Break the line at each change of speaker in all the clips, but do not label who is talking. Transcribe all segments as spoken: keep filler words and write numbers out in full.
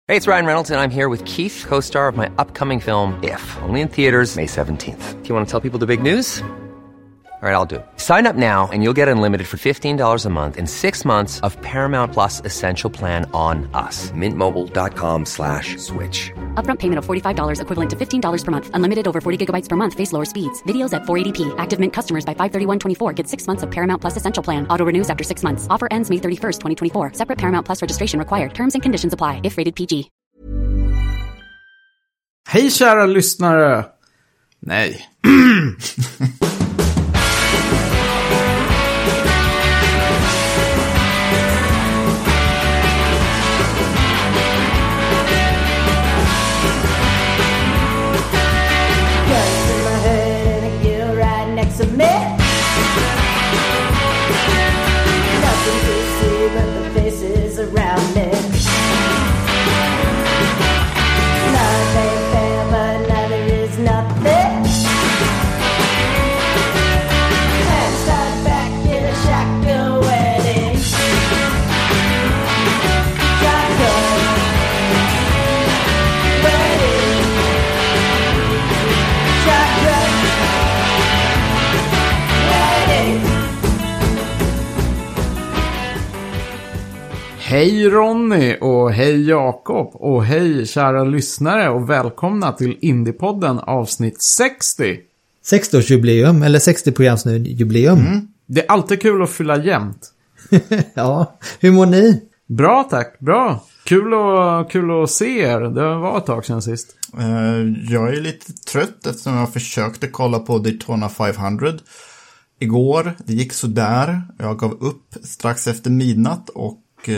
Hey, it's Ryan Reynolds, and I'm here with Keith, co-star of my upcoming film, If, only in theaters May seventeenth. Do you want to tell people the big news? All right, I'll do it. Sign up now and you'll get unlimited for fifteen dollars a month and six months of Paramount Plus Essential Plan on us. Mint Mobile dot com slash switch.
Upfront payment of forty-five dollars equivalent to fifteen dollars per month. Unlimited over forty gigabytes per month. Face lower speeds. Videos at four eighty p. Active Mint customers by five thirty-one twenty-four get six months of Paramount Plus Essential Plan. Auto renews after six months. Offer ends May thirty-first, twenty twenty-four. Separate Paramount Plus registration required. Terms and conditions apply if rated P G.
Hej kära lyssnare. Nej. Hej Ronny och hej Jakob och hej kära lyssnare och välkomna till Indiepodden avsnitt sextio.
sextio-årsjubileum eller sextio-programsjubileum. Mm.
Det är alltid kul att fylla jämnt.
Ja, hur mår ni?
Bra tack, bra. Kul, och, kul att se er. Det var ett tag sedan sist.
Uh, jag är lite trött eftersom jag försökte kolla på Daytona femhundra igår. Det gick så där. Jag gav upp strax efter midnatt och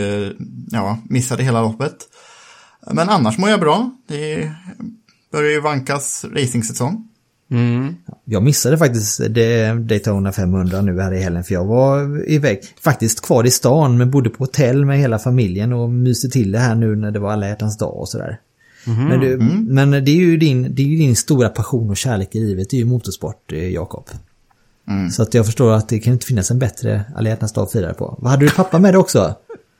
ja, missade hela loppet. Men annars mår jag bra. Det börjar ju vankas racingsäsong.
Mm.
Jag missade faktiskt det Daytona femhundra nu här i helgen för jag var iväg. Faktiskt kvar i stan men bodde på hotell med hela familjen och myste till det här nu när det var alla hjärtans dag och sådär. Mm. Men, du, mm. men det är ju din, det är ju din stora passion och kärlek i livet. Det är ju motorsport, Jakob. Mm. Så att jag förstår att det kan inte finnas en bättre alla hjärtans dag att fira på. Vad hade du pappa med dig också?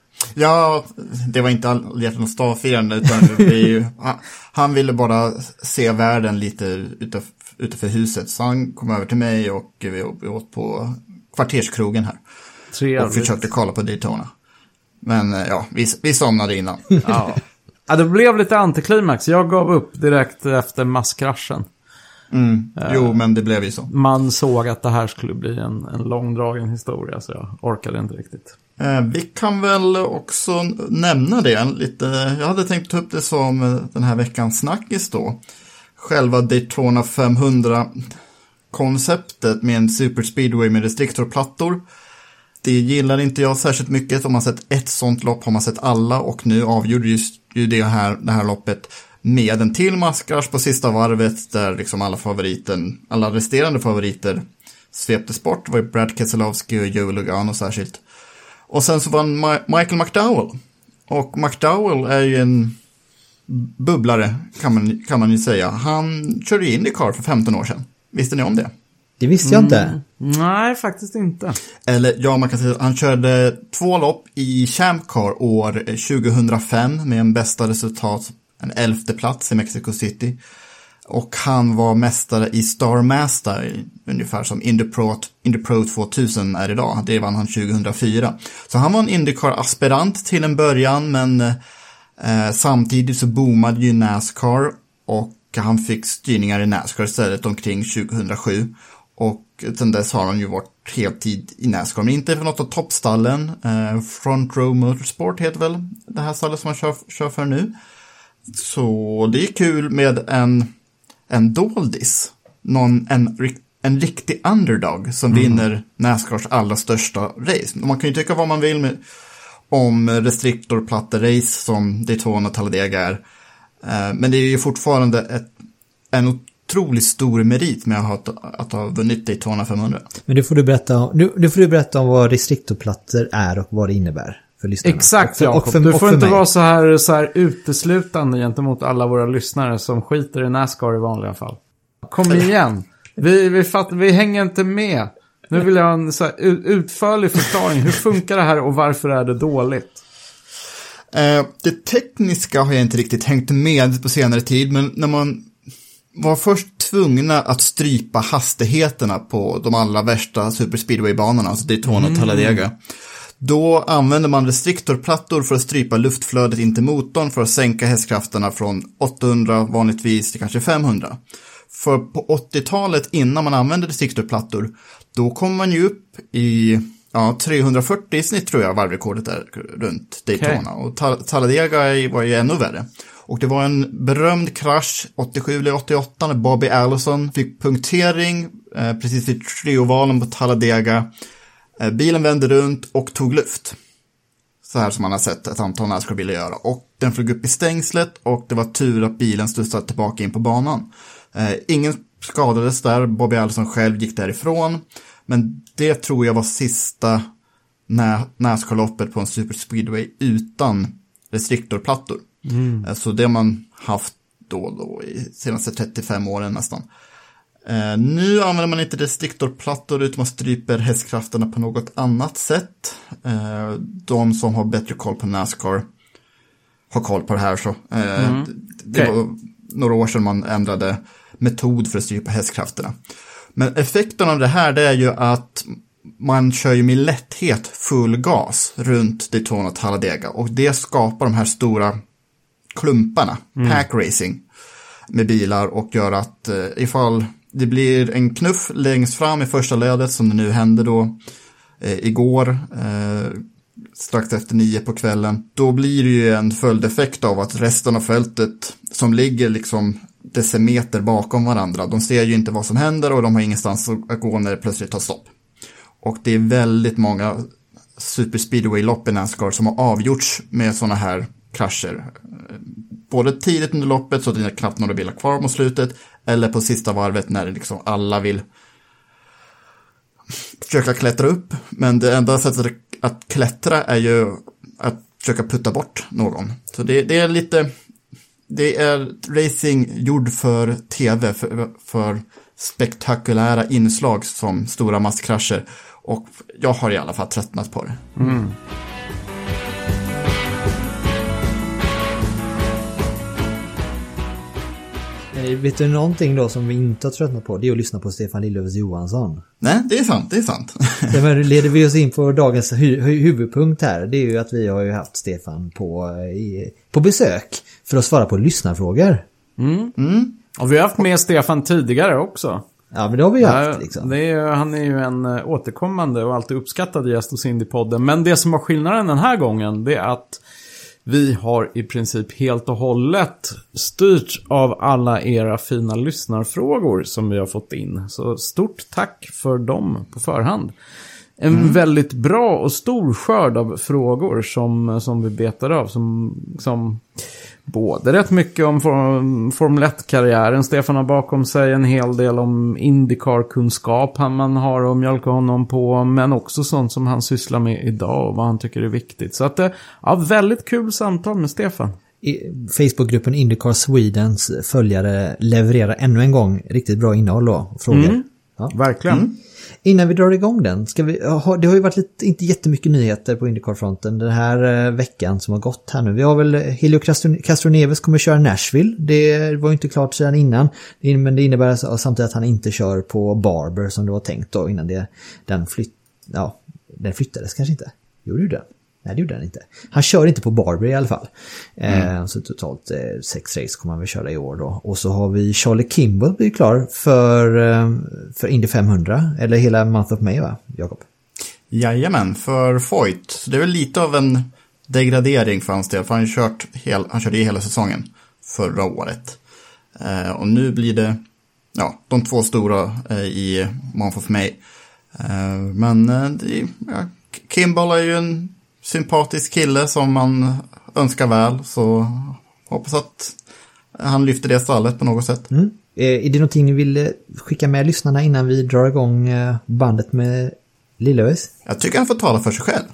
Ja, det var inte all hjärtans dag-firande utan det är ju, han, han ville bara se världen lite utanför, utanför huset. Så han kom över till mig och vi, vi åt på kvarterskrogen här. Trevligt. Och försökte kolla på Daytona. Men ja, vi, vi somnade innan.
Ja. Ja, det blev lite antiklimax. Jag gav upp direkt efter masskraschen.
Mm. Uh, jo, men det blev ju så.
Man såg att det här skulle bli en, en långdragen historia så jag orkade inte riktigt.
Uh, vi kan väl också nämna det lite. Jag hade tänkt ta upp det som den här veckans snackis då. Själva Daytona femhundra-konceptet med en superspeedway med restriktorplattor. Det gillar inte jag särskilt mycket. Om man sett ett sånt lopp har man sett alla och nu avgjorde just ju det här, det här loppet med en till maskars på sista varvet där liksom alla favoriten, alla resterande favoriter sveptes bort. Det var ju Brad Keselowski och Joe Logano särskilt. Och sen så vann Ma- Michael McDowell. Och McDowell är ju en bubblare kan man, kan man ju säga. Han körde ju IndyCar för femton år sedan. Visste ni om det?
Det visste jag inte.
Mm. Nej, faktiskt inte.
Eller ja, man kan säga att han körde två lopp i Champ Car år tjugohundrafem med en bästa resultat, en elfte plats i Mexico City. Och han var mästare i Star Master, ungefär som Indy Pro, Indy Pro tvåtusen är idag. Det vann han tjugohundrafyra. Så han var en IndyCar-aspirant till en början, men eh, samtidigt så boomade ju NASCAR och han fick styrningar i NASCAR istället omkring tjugohundrasju. Och sen dess har han ju varit heltid i NASCAR, men inte för något av toppstallen. Eh, Front Row Motorsport heter väl det här stallet som han kör, kör för nu. Så det är kul med en, en doldis. Någon, en, en riktig underdog som mm. vinner NASCARs allra största race. Man kan ju tycka vad man vill med, om restriktorplatte-race som Daytona och Talladega är. Eh, men det är ju fortfarande ett, en otroligt stor merit med att ha, att ha vunnit Daytona femhundra.
Men det får du berätta om, nu, nu får du berätta om vad restriktorplattor är och vad det innär.
Exakt, och, och för, du får inte mig. vara så här, så här uteslutande gentemot alla våra lyssnare som skiter i NASCAR i vanliga fall. Kom igen, vi, vi, fatt, vi hänger inte med. Nu vill jag ha en så här utförlig förklaring. Hur funkar det här och varför är det dåligt?
Eh, det tekniska har jag inte riktigt hängt med på senare tid, men när man var först tvungna att strypa hastigheterna på de allra värsta superspeedway-banorna, alltså Daytona och Talladega. Då använde man restriktorplattor för att strypa luftflödet in till motorn för att sänka hästkrafterna från åttahundra vanligtvis till kanske femhundra. För på åttiotalet, innan man använde restriktorplattor, då kom man ju upp i ja, trehundrafyrtio i snitt tror jag varvrekordet är runt Daytona. Okay. Och Tal- Talladega var ju ännu värre. Och det var en berömd krasch åttiosju eller åttioåtta när Bobby Allison fick punktering eh, precis vid triovalen på Talladega. Eh, bilen vände runt och tog luft. Så här som man har sett ett antal NASCAR-bilar göra. Och den flög upp i stängslet och det var tur att bilen studsade tillbaka in på banan. Eh, ingen skadades där, Bobby Allison själv gick därifrån. Men det tror jag var sista NASCAR-loppet på en superspeedway utan restriktorplattor. Mm. Så det har man haft då och då i senaste trettiofem åren nästan. Eh, nu använder man inte restriktorplattor utan man stryper hästkrafterna på något annat sätt. Eh, de som har bättre koll på NASCAR har koll på det här. Så. Eh, mm. Det okay. var några år sedan man ändrade metod för att strypa hästkrafterna. Men effekten av det här det är ju att man kör ju med lätthet full gas runt Daytona och Talladega. Och det skapar de här stora klumparna, mm. pack racing med bilar och gör att eh, ifall det blir en knuff längst fram i första ledet som det nu hände då eh, igår eh, strax efter nio på kvällen, då blir det ju en följdeffekt av att resten av fältet som ligger liksom decimeter bakom varandra, de ser ju inte vad som händer och de har ingenstans att gå när det plötsligt tar stopp. Och det är väldigt många superspeedway-lopp i NASCAR som har avgjorts med sådana här krascher. Både tidigt under loppet så att det är knappt några bilar kvar mot slutet, eller på sista varvet när liksom alla vill försöka klättra upp. Men det enda sättet att klättra är ju att försöka putta bort någon. Så det, det är lite... Det är racing gjord för tv, för, för spektakulära inslag som stora masskrascher. Och jag har i alla fall tröttnat på det. Mm.
Vet du någonting då som vi inte har tröttnat på? Det är att lyssna på Stefan Lillövers Johansson.
Nej, det är sant, det är sant.
Det leder vi oss in på dagens hu- hu- huvudpunkt här. Det är ju att vi har ju haft Stefan på, i, på besök för att svara på lyssnarfrågor.
Mm. Mm. Och vi har haft med Stefan tidigare också.
Ja, men det har vi ju haft liksom.
Det är, han är ju en återkommande och alltid uppskattad gäst hos Indiepodden. Men det som var skillnaden den här gången, det är att vi har i princip helt och hållet styrt av alla era fina lyssnarfrågor som vi har fått in. Så stort tack för dem på förhand. En mm. väldigt bra och stor skörd av frågor som, som vi betar av. Som, som både rätt mycket om form, Formel ett-karriären. Stefan har bakom sig en hel del om IndyCar-kunskap man har att mjölka honom på. Men också sånt som han sysslar med idag och vad han tycker är viktigt. Så att det ja, väldigt kul samtal med Stefan.
I Facebookgruppen IndyCar Swedens följare levererar ännu en gång riktigt bra innehåll och frågor. Mm.
Ja. Verkligen. Mm.
Innan vi drar igång den, ska vi, ha, det har ju varit lite, inte jättemycket nyheter på IndyCar-fronten den här eh, veckan som har gått här nu. Vi har väl Helio Castroneves kommer köra Nashville. Det var ju inte klart sedan innan. Men det innebär samtidigt att han inte kör på Barber som det var tänkt då innan det, den, flytt, ja, den flyttades kanske inte. Gjorde du det? Nej, det gjorde han inte. Han kör inte på Barber i alla fall. Mm. Eh, så totalt eh, sex race kommer han väl köra i år då. Och så har vi Charlie Kimball blir klar för, eh, för Indy femhundra. Eller hela Month of May, va, Jakob?
Jajamän, för Foyt. Så det är väl lite av en degradering för hans del. För han, kört hel, han körde i hela säsongen förra året. Eh, och nu blir det ja, de två stora eh, i Month of May. Eh, men eh, det, ja, Kimball är ju en sympatisk kille som man önskar väl, så hoppas att han lyfter det stallet på något sätt.
Mm. Är det någonting ni vill skicka med lyssnarna innan vi drar igång bandet med Lillövers?
Jag tycker han får tala för sig själv.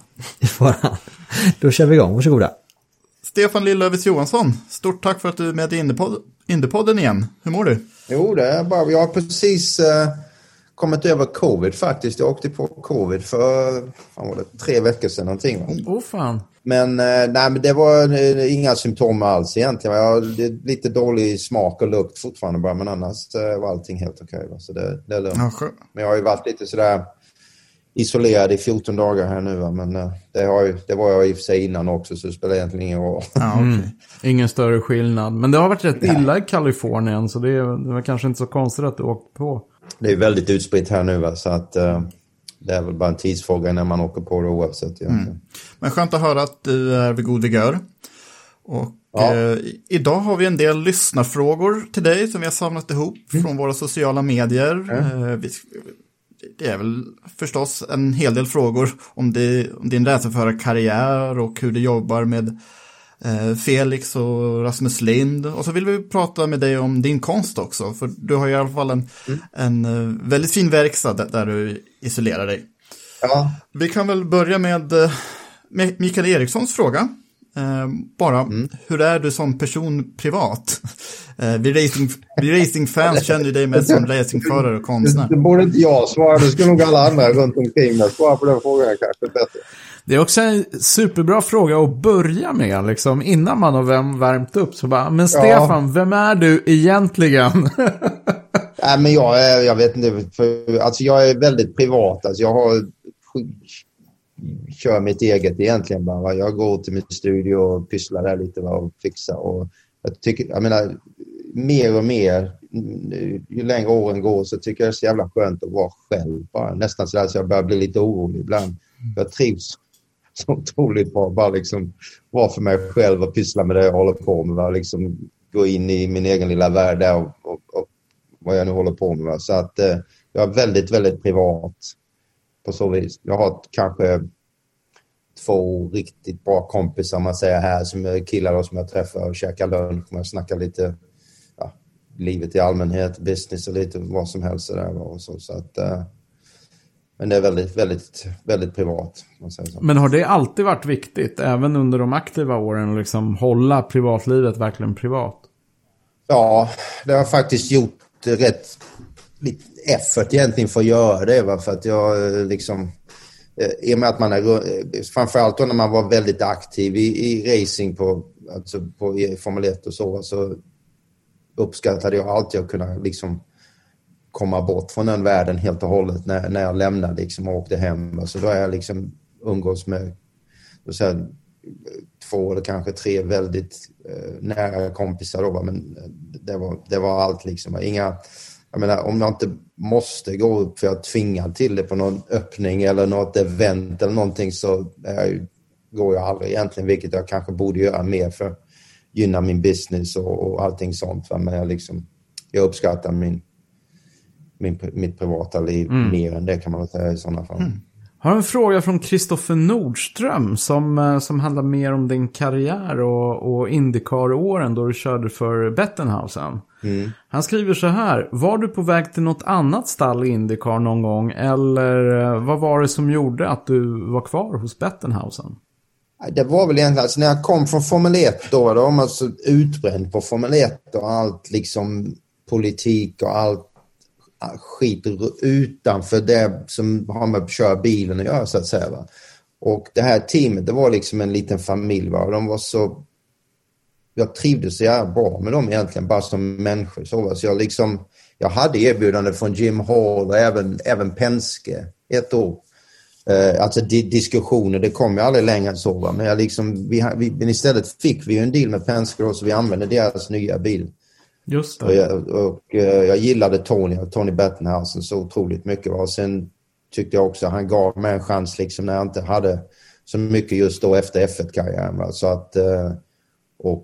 Då kör vi igång, varsågoda.
Stefan Lillövers Johansson, stort tack för att du är med i Indiepod- Indiepodden igen. Hur mår du?
Jo, det är bara, jag har precis uh, kommit över covid faktiskt. Jag åkte på covid för fan var det, tre veckor sedan någonting. Va?
Oh fan.
Men, eh, nej, men det var eh, inga symptom alls egentligen. Jag hade lite dålig smak och lukt fortfarande bara. Men annars eh, var allting helt okej. Va? Så det, det är lugnt. Ja, men jag har ju varit lite sådär isolerad i fjorton dagar här nu. Va? Men eh, det, har ju, det var jag i och för sig innan också. Så det spelar egentligen ingen roll.
Ja, okay. mm. Ingen större skillnad. Men det har varit rätt illa i Kalifornien. Så det, det var kanske inte så konstigt att du åkte på.
Det är väldigt utspritt här nu. Va? Så att... Eh, det är väl bara en tidsfråga när man åker på det oavsett. Mm.
Men skönt att höra att du är vid god vigör. Och ja. eh, idag har vi en del lyssnarfrågor till dig som vi har samlat ihop mm. från våra sociala medier. Mm. Eh, vi, det är väl förstås en hel del frågor om, det, om din racerförarkarriär och hur du jobbar med eh, Felix och Rasmus Lind. Och så vill vi prata med dig om din konst också. För du har ju i alla fall en, mm. en uh, väldigt fin verkstad där, där du isolerar dig.
Ja.
Vi kan väl börja med, med Mikael Erikssons fråga. Eh, bara, mm. hur är du som person privat? Eh, vi, racing, vi racingfans känner ju dig mest som racingförare och konstnär.
Det borde inte jag svara, det skulle nog alla andra runt omkring mig svara på den frågan kanske bättre.
Det är också en superbra fråga att börja med, liksom, innan man har värmt upp. Så bara, men Stefan, ja. Vem är du egentligen?
Nej, men jag är, jag vet inte, för, alltså jag är väldigt privat. Alltså jag har, kör mitt eget egentligen bara. Jag går till min studio och pysslar där lite och fixar. Och jag tycker, jag menar, mer och mer, ju längre åren går så tycker jag det är så jävla skönt att vara själv. Bara. Nästan så, där, så jag börjar bli lite orolig ibland. Jag trivs så otroligt bra, bara liksom vara för mig själv och pyssla med det jag håller på med. Va? Liksom gå in i min egen lilla värld där och, och, och vad jag nu håller på med. Va? Så att eh, jag är väldigt, väldigt privat på så vis. Jag har kanske två riktigt bra kompisar, man säger här, som är killar då, som jag träffar och käkar lunch. Man snackar lite ja, livet i allmänhet, business och lite vad som helst. Där, och så, så att, eh, men det är väldigt, väldigt, väldigt privat. Man säger så.
Men har det alltid varit viktigt, även under de aktiva åren, liksom hålla privatlivet verkligen privat?
Ja, det har faktiskt gjort rätt lite effort egentligen för att göra det. Va? För att jag liksom, i och med att man är, framförallt då när man var väldigt aktiv i, i racing på, alltså på i Formel ett och så, så uppskattade jag alltid att kunna liksom komma bort från den världen helt och hållet när, när jag lämnade liksom och åkte hem. Så då har jag liksom umgås med så här, två eller kanske tre väldigt eh, nära kompisar då, men det var, det var allt liksom. Inga, jag menar, om jag inte måste gå upp för jag tvingar till det på någon öppning eller något event eller någonting, så jag, går jag aldrig egentligen, vilket jag kanske borde göra mer för att gynna min business och, och allting sånt. Va? Men jag, liksom, jag uppskattar min, min, mitt privata liv mm. mer än det, kan man säga i sådana fall. Mm.
Har en fråga från Kristoffer Nordström som, som handlar mer om din karriär och, och IndyCar-åren då du körde för Bettenhausen. Mm. Han skriver så här: var du på väg till något annat stall i IndyCar någon gång, eller vad var det som gjorde att du var kvar hos Bettenhausen?
Det var väl egentligen, alltså när jag kom från Formel ett då var de alltså utbränd på Formel ett och allt liksom politik och allt skit utanför det som har med att köra bilen och göra, så att säga. Va? Och det här teamet, det var liksom en liten familj. Va? Och de var så, jag trivdes så jävla bra med dem egentligen, bara som människor. Så, va? Så jag liksom, jag hade erbjudande från Jim Hall och även, även Penske ett år. Eh, alltså di- diskussioner, det kom ju aldrig längre än så. Va? Men jag liksom, vi, vi, men istället fick vi ju en deal med Penske då, så vi använde deras nya bil.
Just det.
Och jag, och jag gillade Tony och Tony Bettenhausen så otroligt mycket. Och sen tyckte jag också att han gav mig en chans liksom när jag inte hade så mycket just då efter F ett-karriären. Så att, och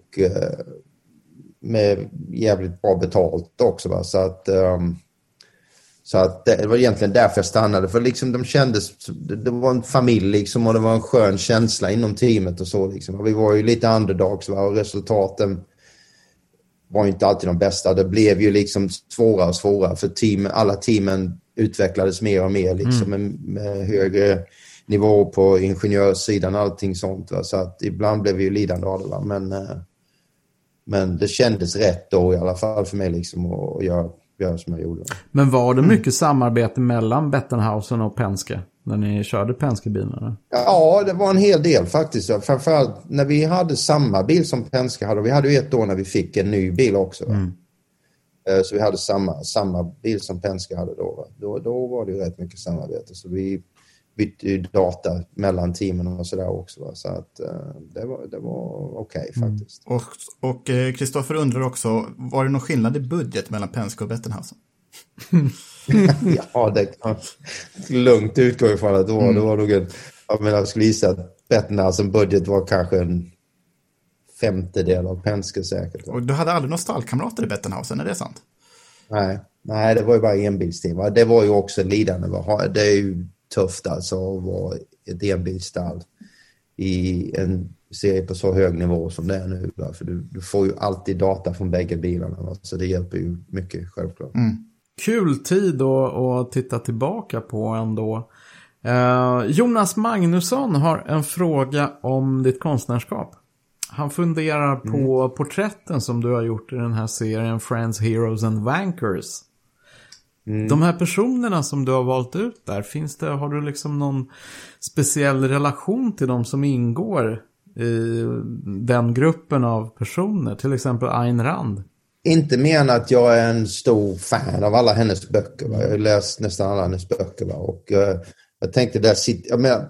med jävligt bra betalt också. Va? Så att, så att det var egentligen därför jag stannade. För liksom de kändes, det var en familj liksom, och det var en skön känsla inom teamet och så. Liksom. Och vi var ju lite underdogs, va? Och resultaten var inte alltid de bästa. Det blev ju liksom svårare och svårare för team, alla teamen utvecklades mer och mer liksom, mm. med, med högre nivå på ingenjörssidan och allting sånt. Va? Så att ibland blev vi ju lidande av det. Va? Men, men det kändes rätt då i alla fall för mig liksom, att göra, göra som jag gjorde.
Men var det mycket mm. samarbete mellan Bettenhausen och Penske när ni körde Penske-bilarna?
Ja, det var en hel del faktiskt. Framförallt när vi hade samma bil som Penske hade. Vi hade ju ett år när vi fick en ny bil också. Mm. Så vi hade samma, samma bil som Penske hade då, då. Då var det ju rätt mycket samarbete. Så vi bytte ju data mellan teamen och sådär också. Va? Så att det var, det var okej okay, faktiskt.
Mm. Och Kristoffer undrar också, var det någon skillnad i budget mellan Penske och Bettenhausen?
Ja, det kan lugnt utgå ifrån att det var, mm. det var nog en, jag menar, jag skulle gissa att Bettenhausen budget var kanske en femtedel av Penske säkert.
Och du hade aldrig några stallkamrater i Bettenhausen, är det sant?
Nej, nej det var ju bara enbilsteam. Det var ju också lidande. Det är ju tufft alltså att vara ett enbilsstall i en serie på så hög nivå som det är nu. För du, du får ju alltid data från bägge bilarna. Så det hjälper ju mycket självklart.
Mm. Kul tid att, att titta tillbaka på ändå. Eh, Jonas Magnusson har en fråga om ditt konstnärskap. Han funderar på mm. porträtten som du har gjort i den här serien Friends, Heroes and Wankers. Mm. De här personerna som du har valt ut där, finns det, har du liksom någon speciell relation till dem som ingår i den gruppen av personer? Till exempel Ayn Rand.
Inte mer än att jag är en stor fan av alla hennes böcker. Va? Jag har läst nästan alla hennes böcker. Va? Och uh, jag tänkte där, jag menar,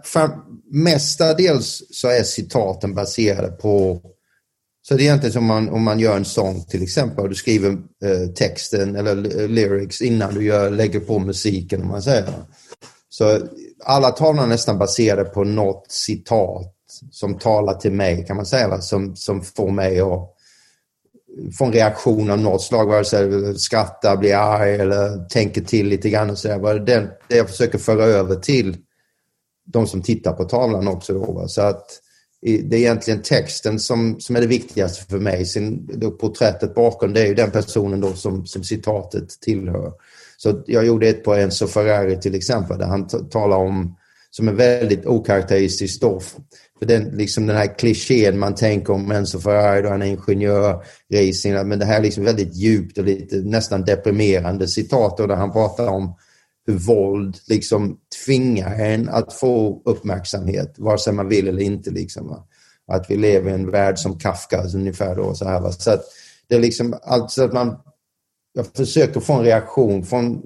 mestadels så är citaten baserade på, så det är egentligen som man, om man gör en sång till exempel och du skriver uh, texten eller lyrics innan du gör, lägger på musiken om man säger. Så alla tavlor är nästan baserade på något citat som talar till mig kan man säga, va? Som, som får mig att få en reaktion av något slag, vare sig skratta, bli arg eller tänker till lite grann och så där. Det, det jag försöker föra över till de som tittar på tavlan också då. Va? Så att det är egentligen texten som, som är det viktigaste för mig. Sen då porträttet bakom, det är ju den personen då som, som citatet tillhör. Så jag gjorde ett på Enzo Ferrari till exempel, där han t- talar om, som är väldigt okaraktäristisk stoff. För den, liksom den här klichén man tänker om Enzo Ferrari då han är ingenjör, racing, men det här är liksom väldigt djupt och lite nästan deprimerande citat då, där han pratar om hur våld liksom tvingar en att få uppmärksamhet, vare sig man vill eller inte liksom, va? Att vi lever i en värld som Kafka ungefär då, så här, va? Så att det är liksom alltså att man, jag försöker få en reaktion från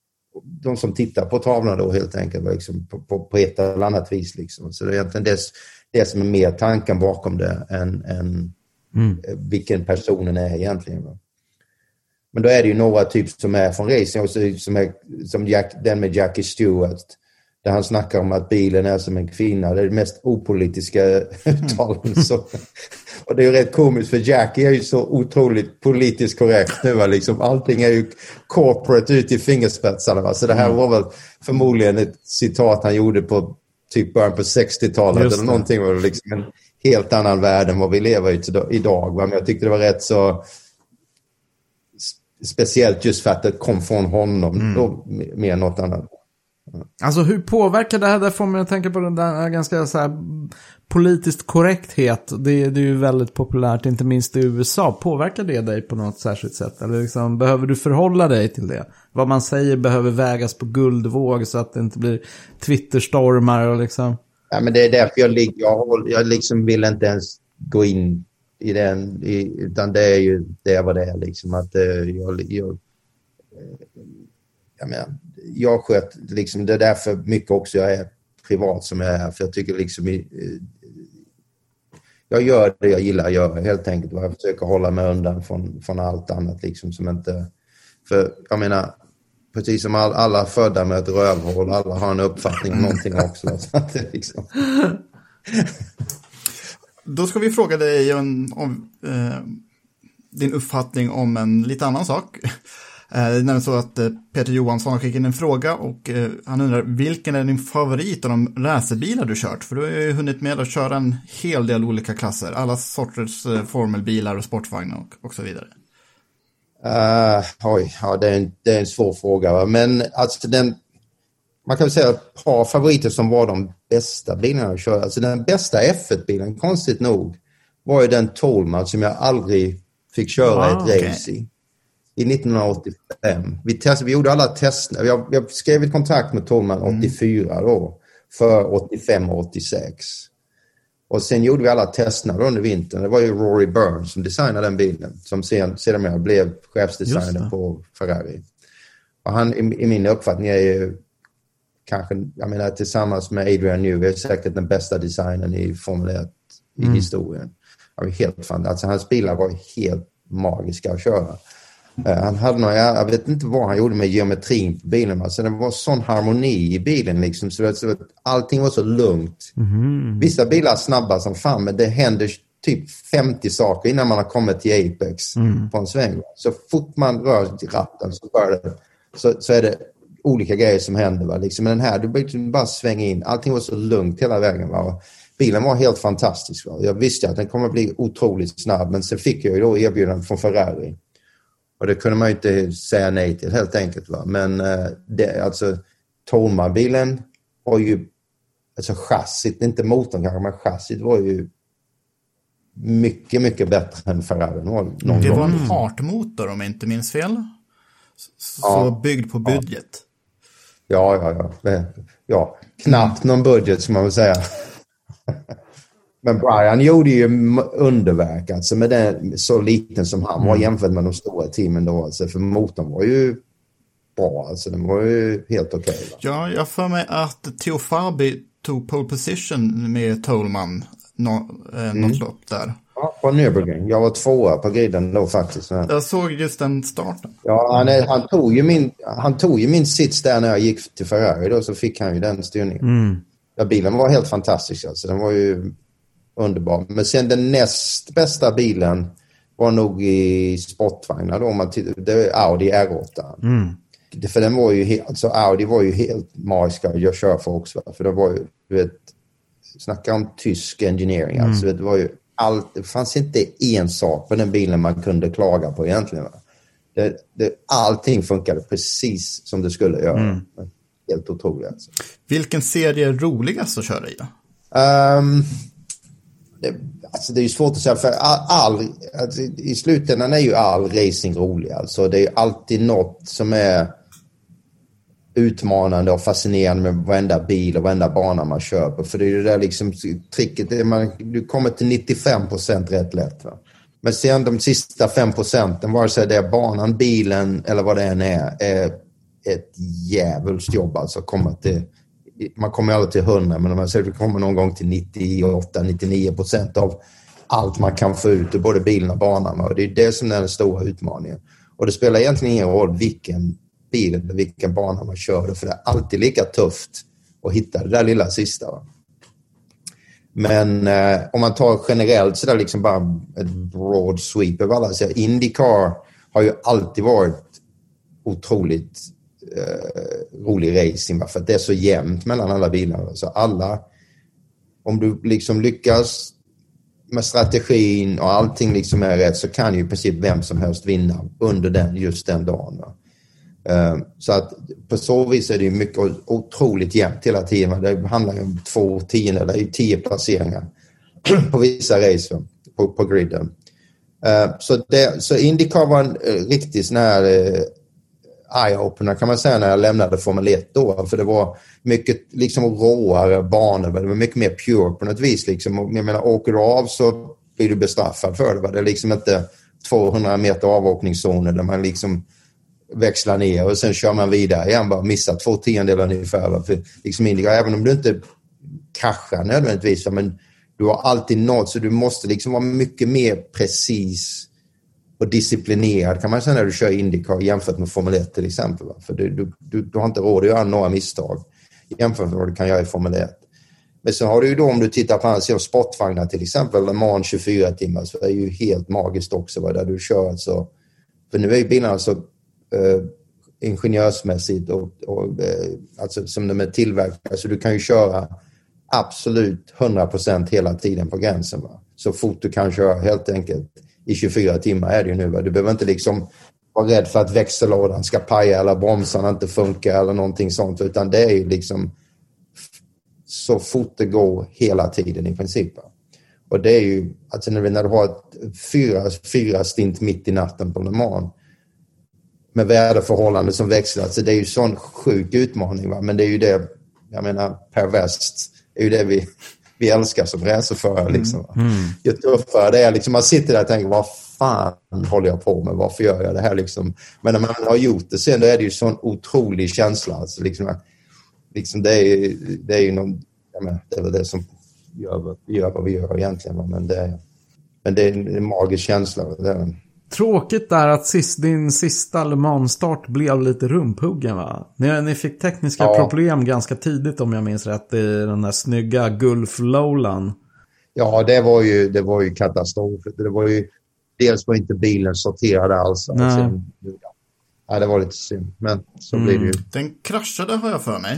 de som tittar på tavlan då helt enkelt, liksom, på, på, på ett eller annat vis liksom. Så det är egentligen det, det som är mer tanken bakom det än, än mm. vilken personen är egentligen, va? Men då är det ju några typ som är från racing också, som är som Jack, den med Jackie Stewart, där han snackar om att bilen är som en kvinna. Det är det mest opolitiska uttalandet. Så. Och det är ju rätt komiskt, för Jackie är ju så otroligt politiskt korrekt nu. Liksom. Allting är ju corporate ut i fingerspetsarna. Va? Så det här var väl förmodligen ett citat han gjorde på typ början på sextiotalet. Eller någonting, var det liksom en helt annan värld än vad vi lever i idag. Va? Men jag tyckte det var rätt så speciellt just för att det kom från honom mm. då, mer än något annat.
Alltså hur påverkar det här, där får man att tänka på den där ganska så här politiskt korrekthet, det, det är ju väldigt populärt inte minst i U S A, påverkar det dig på något särskilt sätt, eller liksom, behöver du förhålla dig till det? Vad man säger behöver vägas på guldvåg så att det inte blir Twitterstormar och liksom.
Ja, men det är därför jag, lig- jag, jag liksom vill inte ens gå in i den, i, utan det är ju det var det liksom att jag, jag jag menar, jag sköt liksom, det är därför mycket också jag är privat som jag är, för jag tycker liksom jag gör det jag gillar att göra helt enkelt, och jag försöker hålla mig undan från, från allt annat liksom som inte, för jag menar precis som all, alla födda med ett rövhål, alla har en uppfattning om någonting också, så att det liksom.
Då ska vi fråga dig om, om eh, din uppfattning om en lite annan sak. Det är nämligen så att Peter Johansson har skickat in en fråga och han undrar, vilken är din favorit av de racerbilar du kört? För du har ju hunnit med att köra en hel del olika klasser, alla sorters formelbilar och sportvagnar och, och så vidare.
Uh, oj, ja, det är, en, det är en svår fråga. Va? Men alltså den, man kan väl säga ett par favoriter som var de bästa bilarna jag körde. Alltså den bästa F ett-bilen, konstigt nog, var ju den Tolman som jag aldrig fick köra ah, ett okay. race i. i nittonhundraåttiofem. Vi, test, vi gjorde alla tester. Jag, jag skrev ett kontrakt med Tollman åttiofyra då. För åttiofem och åttiosex. Och sen gjorde vi alla testerna under vintern. Det var ju Rory Byrne som designade den bilen. Som sen, sedan blev chefsdesigner på Ferrari. Och han, i, i min uppfattning, är ju kanske, jag menar, tillsammans med Adrian Newey är säkert den bästa designern i Formel ett i mm. historien. Han var helt fantastisk. Alltså, hans bilar var helt magiska att köra. Uh, han hade några, jag vet inte vad han gjorde med geometrin på bilen. Alltså, det var sån harmoni i bilen liksom, så att, så att allting var så lugnt. Mm. Vissa bilar snabba som fan, men det händer typ femtio saker innan man har kommit till Apex mm. på en sväng. Så fort man rör till ratten så, det, så, så är det olika grejer som händer. Va? Liksom, men den här, du bara svänga in. Allting var så lugnt hela vägen. Va? Bilen var helt fantastisk. Va? Jag visste att den kommer att bli otroligt snabb, men sen fick jag ju då erbjudande från Ferrari. Och det kunde man ju inte säga nej till helt enkelt. Va? Men uh, det, alltså Tolma-bilen var ju, alltså chassit, inte motorn kanske, men chassit var ju mycket, mycket bättre än Ferrari. Någon
det
gång.
var en hartmotor om jag inte minns fel. Så ja. Byggd på budget.
Ja, ja, ja. Ja, knappt någon budget som man vill säga. Men Brian gjorde ju underverk, alltså med den så liten som han var jämfört med de stora teamen då. Alltså, för motorn var ju bra, alltså den var ju helt okej. Okay,
ja, jag för mig att Theo Fabi tog pole position med Tollman no, eh, mm. något lopp där.
Ja, på Nürburgring. Jag var tvåa på griden då faktiskt.
Jag såg just den starten.
Ja, han, är, han, tog ju min, han tog ju min sits där när jag gick till Ferrari då, så fick han ju den styrningen. Mm. Ja, bilen var helt fantastisk alltså. Den var ju underbar. Men sen den näst bästa bilen var nog i sportvagnar då. Man t- det är Audi R åtta. Mm. Det, för den var ju helt, alltså Audi var ju helt magiska att köra för också. För det var ju, du vet, snacka om tysk engineering. Mm. Alltså det var ju allt, det fanns inte en sak på den bilen man kunde klaga på egentligen. Va? Det, det, allting funkade precis som det skulle göra. Mm. Helt otroligt alltså.
Vilken serie är roligast att köra i då?
Um, det, alltså det är ju svårt att säga, för all, all alltså i slutändan är ju all racing rolig. Alltså det är alltid något som är utmanande och fascinerande med varenda bil och varenda bana man köper. För det är ju det där liksom tricket, det är man, du kommer till nittiofem procent rätt lätt. Va? Men sen de sista fem procenten, vare sig det är banan, bilen eller vad det än är, är ett jävligt jobb alltså att komma till. Man kommer aldrig till hundra, men om man säger att du kommer någon gång till nittioåtta till nittionio procent av allt man kan få ut ur både bilen och banan. Och det är det som är den stora utmaningen. Och det spelar egentligen ingen roll vilken bil eller vilken bana man kör, för det är alltid lika tufft att hitta det där lilla sista. Va? Men eh, om man tar generellt så där liksom bara ett broad sweep över alla. Så IndyCar har ju alltid varit otroligt Uh, rolig racing, va? För att det är så jämnt mellan alla bilar. Så alla, om du liksom lyckas med strategin och allting liksom är rätt, så kan ju i princip vem som helst vinna under den, just den dagen. Va? Uh, så att på så vis är det ju mycket otroligt jämnt hela tiden. Va? Det handlar ju om två tiondelar, det är ju tio placeringar på vissa race, va? På, på griden. Uh, så, det, så IndyCar var en uh, riktigt sån här uh, eye-opener kan man säga när jag lämnade Formel ett då. För det var mycket liksom råare banor. Det var mycket mer pure på något vis. Liksom. Jag menar, åker du av så blir du bestraffad för det. Va? Det är liksom inte tvåhundra meter avåkningszoner där man liksom växlar ner och sen kör man vidare igen. Bara missar två tiondelar ungefär. Va? För liksom Indica, även om du inte kraschar nödvändigtvis. Va? Men du har alltid något, så du måste liksom vara mycket mer precis och disciplinerad kan man säga när du kör IndyCar jämfört med Formel ett till exempel. Va? För du, du, du, du har inte råd att göra några misstag jämfört med vad du kan göra i Formel ett. Men så har du ju då, om du tittar på andra sportvagnar till exempel, Le Mans tjugofyra timmar, så är det ju helt magiskt också. Va? Där du kör alltså, för nu är ju bilarna alltså eh, ingenjörsmässigt och, och eh, alltså som de är tillverkade, så du kan ju köra absolut hundra procent hela tiden på gränsen. Va? Så fort du kan köra helt enkelt. I tjugofyra timmar är det ju nu. Va? Du behöver inte liksom vara rädd för att växellådan ska paja eller bromsarna inte funkar eller någonting sånt. Utan det är ju liksom så fort det går hela tiden i princip. Va? Och det är ju, alltså när du har ett fyra, fyra stint mitt i natten på Le Mans. med väderförhållanden som växlar. Så det är ju sån sjuk utmaning. Va? Men det är ju det, jag menar, perverst är ju det vi, vi älskar som racerförare. Liksom.
Mm.
Ju tuffare det är, liksom, man sitter där och tänker, vad fan håller jag på med? Varför gör jag det här? Liksom? Men när man har gjort det sen, då är det ju sån otrolig känsla. Alltså, liksom, liksom, det, är ju, det är ju någon, jag menar, det är väl det som gör, gör vad vi gör egentligen. Va? Men, det, men det är en magisk känsla. Det är,
tråkigt där att sist, din sista Le Mans-start blev lite rumphuggen, va? Ni, ni fick tekniska ja. problem ganska tidigt, om jag minns rätt, i den där snygga Gulf Lowland.
Ja, det var ju, det var ju katastrof. Det var ju, dels var inte bilen sorterad alls. Alltså, ja, det var lite synd, men så mm. blir det ju.
Den kraschade, har jag för mig.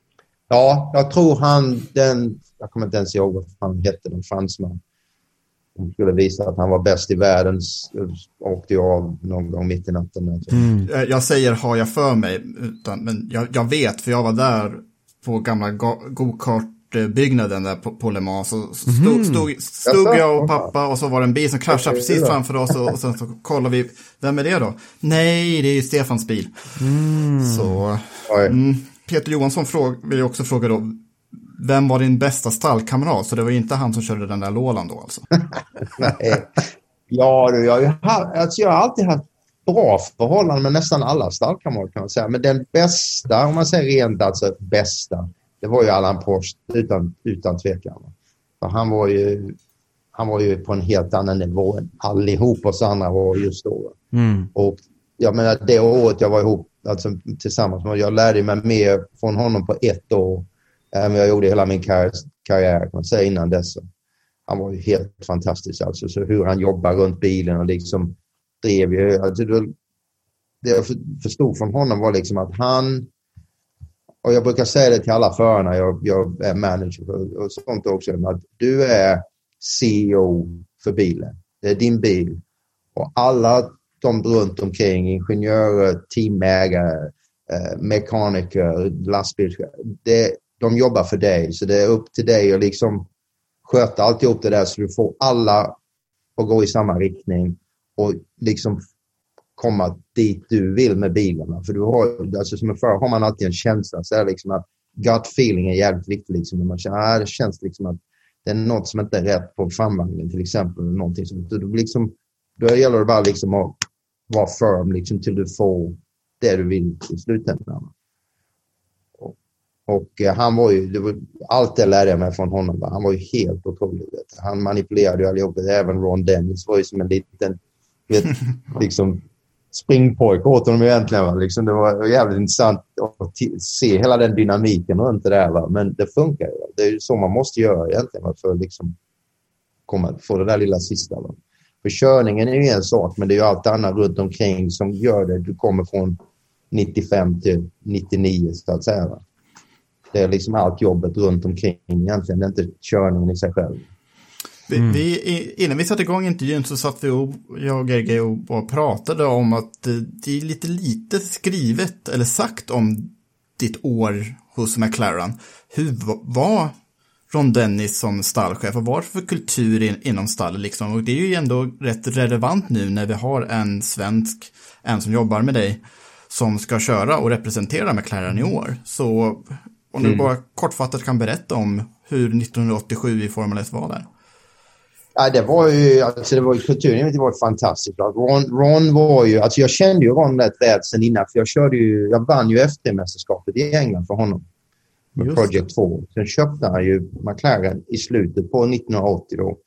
Ja, jag tror han, den, jag kommer inte ens ihåg vad han hette, den fransman. De skulle visa att han var bäst i världen, åkte jag av någon gång mitt i natten.
Mm. Jag säger har jag för mig, utan, men jag, jag vet, för jag var där på gamla go-kart-byggnaden där på, på Le Mans. Så stod, mm. stod, stod jag och pappa, och så var det en bil som kraschade precis framför oss, och, och sen så kollade vi, vem är det då? Nej, det är Stefans bil. Mm. Så mm, Peter Johansson fråg, vill jag också fråga då, vem var din bästa stallkamrat? Så det var inte han som körde den där lålan då alltså?
Nej. Ja, jag har, ju haft, alltså jag har alltid haft bra förhållanden med nästan alla stallkamrater, kan man säga. Men den bästa, om man säger rent alltså bästa, det var ju Allan Prost, utan, utan tvekan. För han var ju han var ju på en helt annan nivå än allihop oss andra var just då. Mm. Och jag menar, det året jag var ihop alltså, tillsammans med, jag lärde mig mer från honom på ett år än jag gjorde hela min karriär, karriär kan man säga, innan dess. Han var ju helt fantastisk alltså, så hur han jobbar runt bilen och liksom drev ju, alltså, det jag förstod från honom var liksom att han, och jag brukar säga det till alla förarna, jag, jag är manager och sånt också, att du är C E O för bilen, det är din bil, och alla de runt omkring, ingenjörer, teamägare, eh, mekaniker, lastbilskötare, det de jobbar för dig, så det är upp till dig att liksom sköta alltihop det där, så du får alla att gå i samma riktning och liksom komma dit du vill med bilarna. För du har, alltså som en förare har man alltid en känsla, så är det liksom att gut feeling är jävligt viktigt liksom, när man känner, ah, det känns liksom att det är något som inte är rätt på framvagnen till exempel, eller någonting som, du liksom, då gäller det bara liksom att vara firm liksom till du får det du vill i slutändan. Och eh, han var ju, det var, allt det lärde jag mig från honom. Han var ju helt otrolig. Vet. Han manipulerade ju allihop. Även Ron Dennis var ju som en liten vet, liksom springpojk åt honom egentligen. Va? Liksom, det var jävligt intressant att t- se hela den dynamiken runt det där. Va? Men det funkar ju. Va? Det är ju så man måste göra egentligen va? För att liksom komma, få det där lilla sista. Va? För körningen är ju en sak, men det är ju allt annat runt omkring som gör det. Du kommer från nittiofem till nittionio så att säga. Va? Det är liksom allt jobbet runt omkring egentligen, det är inte körningen i sig själv.
Mm. Vi, vi, innan vi satte igång intervjun så satt vi och jag och Gerge och, och pratade om att det är lite lite skrivet eller sagt om ditt år hos McLaren. Hur var Ron Dennis som stallchef? Vad var det för kultur in, inom stallet liksom? Och det är ju ändå rätt relevant nu när vi har en svensk, en som jobbar med dig, som ska köra och representera McLaren i år. Så om du mm. bara kortfattat kan berätta om hur nittonhundraåttiosju i Formel ett var där.
Ja, det var ju, alltså det var ju kulturen, det var fantastiskt. Ron, Ron var ju, alltså jag kände ju Ron rätt väl sen innan, för jag körde ju, jag vann ju eftermästerskapet i England för honom med Just Project det. två. Sen köpte han ju McLaren i slutet på nittonhundraåttio då.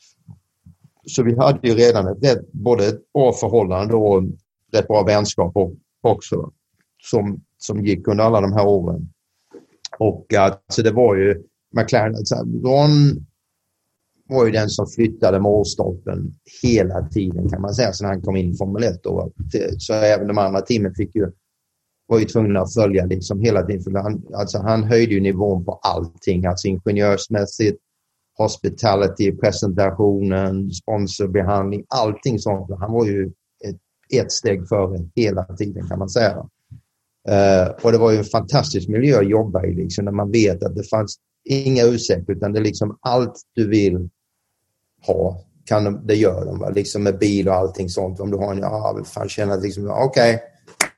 Så vi hade ju redan ett rätt, både ett bra förhållande och rätt bra vänskap också, som, som gick under alla de här åren. Och alltså det var ju McLaren, alltså Ron var ju den som flyttade målstolpen hela tiden kan man säga, sen han kom in i Formel ett då. Så även de andra teamen fick ju, var ju tvungna att följa liksom hela tiden, för han, alltså han höjde ju nivån på allting, alltså ingenjörsmässigt, hospitality, presentationen, sponsorbehandling, allting sånt. Han var ju ett, ett steg före hela tiden kan man säga. Uh, och det var ju en fantastisk miljö att jobba i liksom, när man vet att det fanns inga ursäkter, utan det är liksom allt du vill ha kan de, det gör de va? Liksom med bil och allting sånt. Om du har en, ja, fan känner att liksom, okej, okay,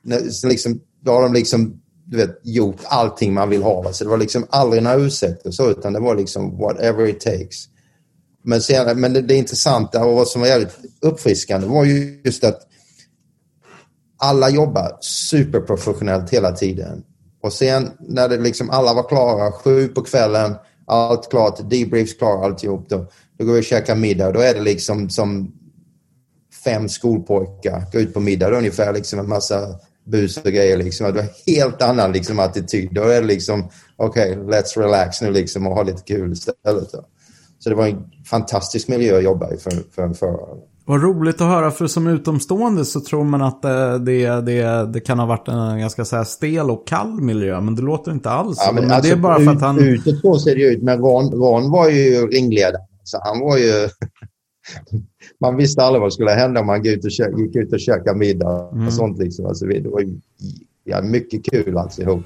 Så liksom, då har de liksom, du vet, gjort allting man vill ha. Så det var liksom aldrig några ursäkter så, utan det var liksom whatever it takes. Men, sen, men det, det intressanta och vad som var jävligt uppfriskande var ju just att alla jobbar superprofessionellt hela tiden. Och sen när det liksom alla var klara, sju på kvällen, allt klart, debriefs klar, alltihop då. Då går vi och käkar middag. Då är det liksom som fem skolpojkar går ut på middag. Då ungefär liksom en massa bus och grejer liksom. Det är helt annan liksom attityd. Då är det liksom, okej, okay, let's relax nu liksom och ha lite kul istället då. Så det var en fantastisk miljö att jobba i för, för en förare.
Vad roligt att höra, för som utomstående så tror man att det, det, det, det kan ha varit en ganska så här stel och kall miljö, men det låter inte alls.
Ja, men
men
alltså,
det är bara för att han...
Utåt så ser det ut, men Ron, Ron var ju ringledare. Så han var ju... man visste aldrig vad skulle hända om man gick ut och, kö- gick ut och käkade middag mm. och sånt liksom. Alltså, det var ju ja, mycket kul alltihop.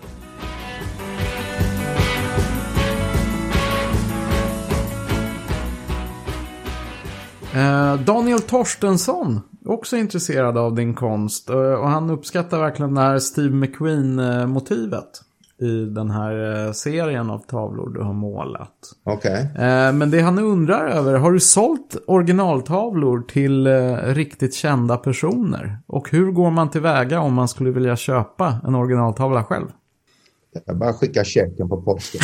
Eh, Daniel Torstensson, också intresserad av din konst, och, och han uppskattar verkligen det här Steve McQueen-motivet i den här eh, serien av tavlor du har målat.
Okej.
Okay. Eh, men det han undrar över, har du sålt originaltavlor till eh, riktigt kända personer? Och hur går man tillväga om man skulle vilja köpa en originaltavla själv?
Jag bara skickar checken på posten.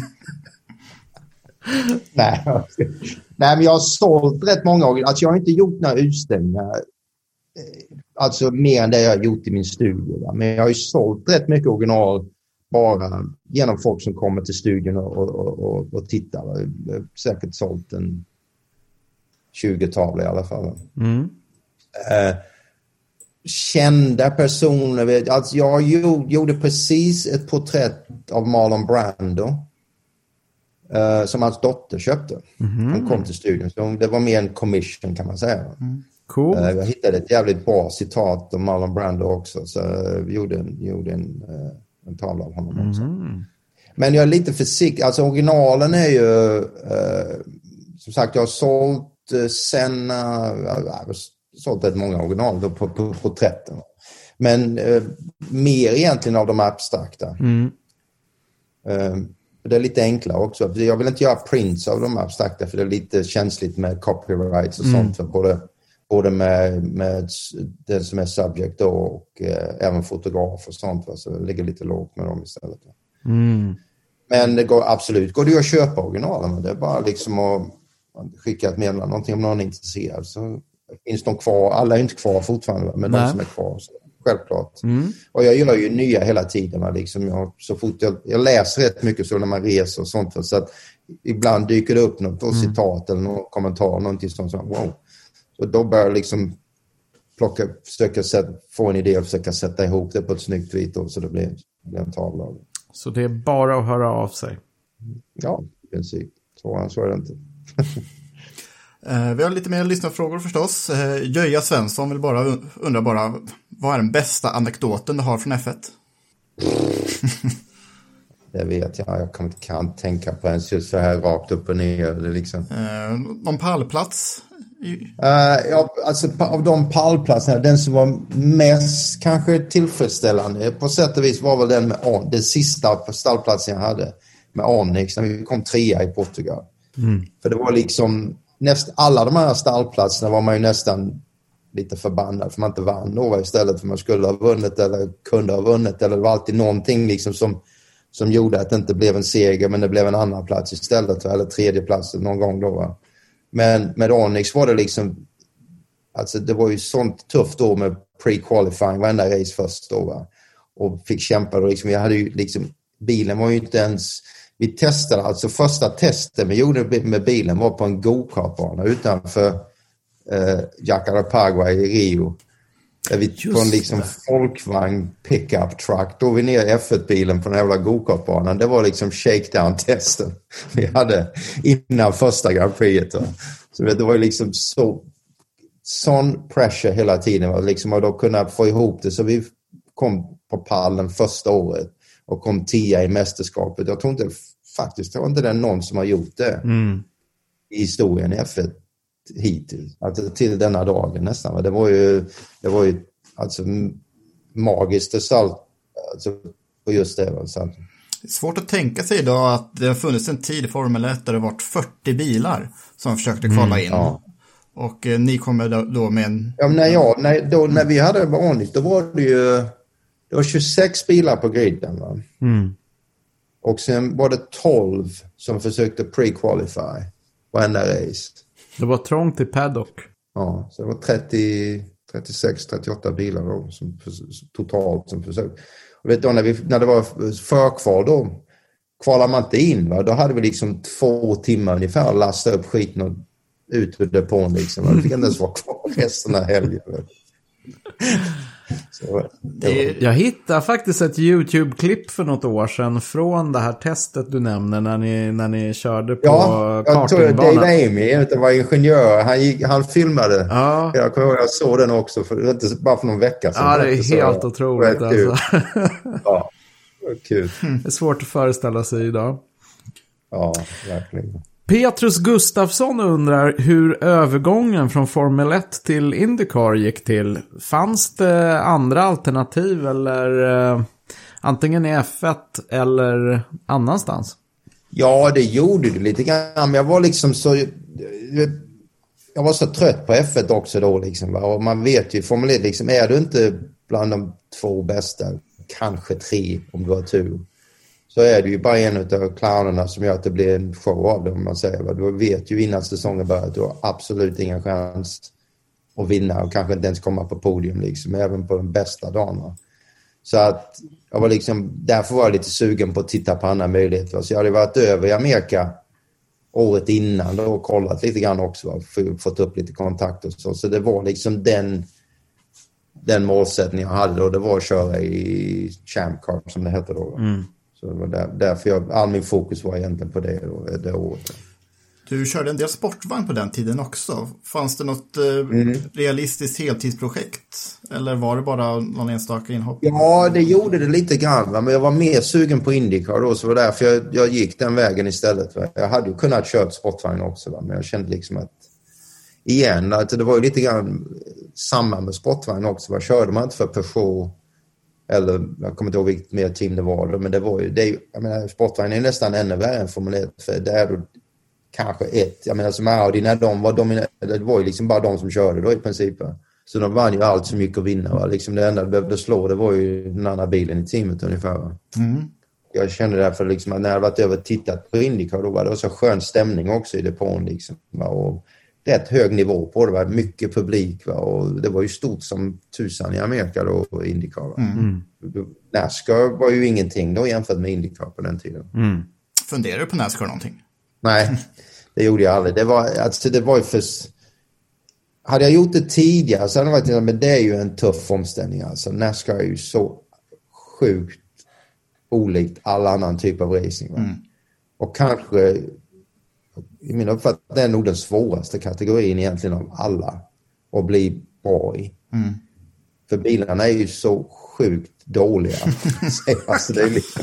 Nej, Nej, men jag har sålt rätt många. Alltså jag har inte gjort några utställningar. Alltså mer än det jag har gjort i min studio. Men jag har ju sålt rätt mycket original bara genom folk som kommer till studion och, och, och, och tittar. Jag har säkert sålt en tjugo tavlor i alla fall.
Mm.
Eh, kända personer. Alltså jag gjorde, gjorde precis ett porträtt av Marlon Brando. Uh, som hans dotter köpte. Mm-hmm. Hon kom till studion. Så det var mer en commission kan man säga.
Mm. Cool.
Uh, jag hittade ett jävligt bra citat om Marlon Brando också. Så uh, vi gjorde en, gjorde en, uh, en tavla av honom mm-hmm. också. Men jag är lite försiktig. Alltså originalen är ju uh, som sagt jag har sålt uh, sen uh, jag har sålt rätt många original då, på, på porträtten. Men uh, mer egentligen av de abstrakta.
Mm.
Uh, Det är lite enklare också. Jag vill inte göra prints av de abstrakta för det är lite känsligt med copyrights och mm. sånt. För både, både med, med den som är subject då och eh, även fotograf och sånt. Va? Så det ligger lite lågt med dem istället.
Mm.
Men det går absolut. Går det ju att köpa originalen. Det är bara liksom att skicka ett meddelande. Någonting om någon är intresserad. Så finns de kvar. Alla är inte kvar fortfarande. Men Nej. de som är kvar så. Självklart.
Mm.
Och jag gör ju nya hela tiden. Liksom jag, så fort jag, jag läser rätt mycket så när man reser och sånt. Så att ibland dyker det upp något mm. citat eller någon kommentar. Någonting sånt. Så, wow. Så då börjar jag liksom plocka, försöka sätta, få en idé och försöka sätta ihop det på ett snyggt vis. Så det blir, det blir en tavla.
Så det är bara att höra av sig?
Ja, i princip. Så, så är det inte.
Uh, vi har lite mer lyssnarfrågor förstås. Uh, Jöja Svensson vill bara undra bara, vad är den bästa anekdoten du har från F ett?
Det vet jag. Jag kan, kan tänka på ens just så här rakt upp och ner. Det liksom.
Uh, någon pallplats?
Uh, ja, alltså av de pallplatserna, den som var mest kanske tillfredsställande på sätt och vis var väl den med On, den sista stallplatsen jag hade med Onyx när vi kom trea i Portugal.
Mm.
För det var liksom näst, alla de här stallplatserna var man ju nästan lite förbannad för man inte vann några istället för man skulle ha vunnit eller kunde ha vunnit eller det var alltid någonting liksom som, som gjorde att det inte blev en seger men det blev en annan plats istället eller tredje plats någon gång då. Va? Men med Onyx var det liksom alltså det var ju sånt tufft då med pre-qualifying varenda race först då va? Och fick kämpa då liksom, jag hade ju liksom bilen var ju inte ens vi testade, alltså första testen vi gjorde med bilen var på en go-kartbana utanför eh, Jacarepaguá i Rio. Där vi Just på en liksom folkvagn pickup truck. Då vi ner F ett-bilen på den jävla go-kartbanan. Det var liksom shakedown-testen vi hade innan första Grand Prix. Så det var ju liksom så sån pressure hela tiden. Va? Liksom att då kunna få ihop det. Så vi kom på pallen första året. Och kom tia i mästerskapet. Jag tror inte faktiskt, det var inte det någon som har gjort det
mm.
i historien i F ett hittills. Alltså till denna dagen nästan. Det var ju, det var ju alltså magiskt result alltså, på just det. Va? Så att,
det är svårt att tänka sig idag att det har funnits en tid i Formel ett där det varit fyrtio bilar som försökte kvala in. Mm, ja. Och eh, ni kommer då, då med en...
Ja, men när, jag, när, då, när vi hade vanligt, då var det ju det var tjugosex bilar på griden. Va? Mm. Och sen var det tolv som försökte pre-qualify varenda race.
Det var trångt i paddock.
Ja, så det var trettio, trettiosex, trettioåtta bilar då, som, totalt som försökte. Och vet du, när, vi, när det var förkval då kvalar man inte in, va? Då hade vi liksom två timmar ungefär att lasta upp skiten och ut ur depån liksom. Det fick inte ens vara kvar resten av helgen. Så,
det... Jag hittade faktiskt ett YouTube-klipp för något år sedan från det här testet du nämner när ni, när ni körde på
ja, kartingbanan. Dave Amy, det var ingenjör, han, gick, han filmade. Ja. Jag kommer ihåg jag såg den också, för, inte bara för någon vecka sedan.
Ja, det är helt så, otroligt. Alltså.
Ja, kul.
Det är svårt att föreställa sig idag.
Ja, verkligen.
Petrus Gustafsson undrar hur övergången från Formel ett till IndyCar gick till. Fanns det andra alternativ eller eh, antingen i F ett eller annanstans?
Ja, det gjorde det lite grann. Men jag var liksom så... Jag var så trött på F ett också då liksom. Va? Och man vet ju, Formel ett liksom, är du inte bland de två bästa, kanske tre om du har tur, så är det ju bara en av clownerna som gör att det blir en show av det, om man säger. Du vet ju innan säsongen börjar att du har absolut ingen chans att vinna och kanske inte ens komma på podium liksom, även på den bästa dagen. Så att jag var liksom, därför var jag lite sugen på att titta på andra möjligheter. Så jag hade varit över i Amerika året innan då och kollat lite grann också, fått upp lite kontakt och så. Så det var liksom den den målsättningen jag hade då, det var att köra i Champ Car som det hette då. Mm. Så det var där, därför jag, all min fokus var egentligen på det, då, det året.
Du körde en del sportvagn på den tiden också. Fanns det något eh, mm. realistiskt heltidsprojekt? Eller var det bara någon enstaka inhopp?
Ja, det gjorde det lite grann. Va? Men jag var mer sugen på IndyCar då. Så var det därför jag, jag gick den vägen istället. Va? Jag hade ju kunnat köra sportvagn också. Va? Men jag kände liksom att igen, att det var ju lite grann samma med sportvagn också. Va? Körde man inte för Peugeot eller jag kommer inte ihåg vilket mer team det var. Men det var ju, det är ju, jag menar, sportvagn är nästan ännu värre än Formel ett. För det är då kanske ett. Jag menar som Audi, när de var dominerade, det var ju liksom bara de som körde då i princip. Så de vann ju allt så mycket att vinna. Va? Liksom det enda de behövde slå, det var ju den andra bilen i teamet ungefär. Va? Mm. Jag kände därför liksom att när jag varit över och tittat på IndyCar då var det så skön stämning också i depån liksom. Va? Och rätt hög nivå på det, var mycket publik. Va? Och det var ju stort som tusan i Amerika då, IndyCar. Va? Mm. NASCAR var ju ingenting då jämfört med IndyCar på den tiden.
Mm. Funderar du på NASCAR någonting?
Nej, det gjorde jag aldrig. Det var, alltså, det var ju för... Hade jag gjort det tidigare så hade det varit... Men det är ju en tuff omställning. Alltså. NASCAR är ju så sjukt olikt all annan typ av racing. Mm. Och kanske... I min uppfattning det är nog den svåraste kategorin egentligen av alla att bli bra i. Mm. För bilarna är ju så sjukt dåliga. Alltså det är liksom...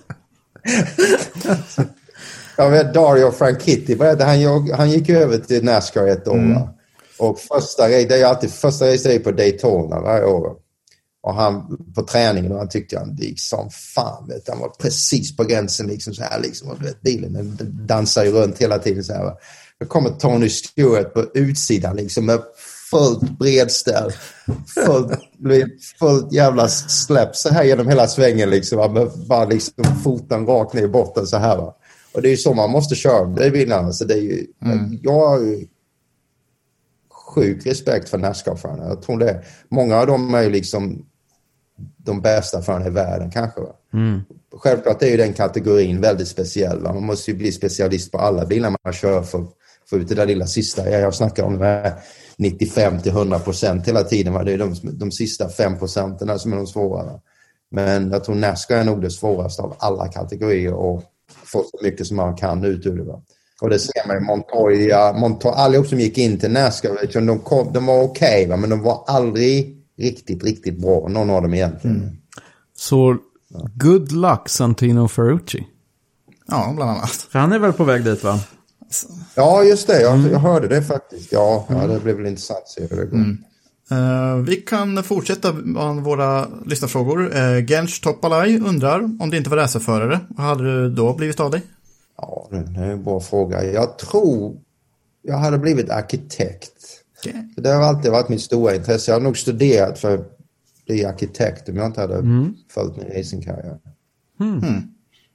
Jag vet, Dario Franchitti, han, han gick över till NASCAR ett år. Mm. Och första race, det är alltid första race är på Daytona varje år. Och han på träningen, och han tyckte han gick som fan, vet, han var precis på gränsen liksom så här liksom, och du vet, bilen den dansar ju runt hela tiden så här. Va? Då kommer Tony Stewart på utsidan liksom med fullt bredställ, fullt, fullt jävla släpp så här genom hela svängen liksom, va? Med bara liksom foten rakt ner i botten så här, va. Och det är ju så man måste köra. Det är vinnarna. Så det är ju, mm. Jag har ju sjuk respekt för NASCAR-förarna. Jag tror det. Många av dem är ju liksom de bästa förarna i världen kanske. Va? Mm. Självklart är ju den kategorin väldigt speciell. Va? Man måste ju bli specialist på alla bilar man kör för att få ut det där lilla sista. Jag snackar om det här nittiofem till hundra procent hela tiden. Va? Det är de, de sista fem procenten som är de svåra. Va? Men jag tror NASCAR är nog det svåraste av alla kategorier och få så mycket som man kan ut ur det. Va? Och det ser man ju Montoya, Montoya, allihop som gick in till NASCAR, de, kom, de var okej, okay, men de var aldrig riktigt, riktigt bra, någon av dem egentligen. Mm.
Så ja. Good luck Santino Ferrucci.
Ja, bland annat.
För han är väl på väg dit, va?
Ja, just det. Jag, mm. jag hörde det faktiskt. Ja, mm. ja det blev väl intressant att se hur det går. Mm.
Uh, vi kan fortsätta med våra lyssnarfrågor. Uh, Gensh Topalai undrar om det inte var racerförare. Vad hade du då blivit av dig?
Ja, det är en bra fråga. Jag tror jag hade blivit arkitekt. Okay. Det har alltid varit mitt stora intresse. Jag har nog studerat för att bli arkitekt om jag inte hade mm. följt min racingkarriär.
Mm. Mm.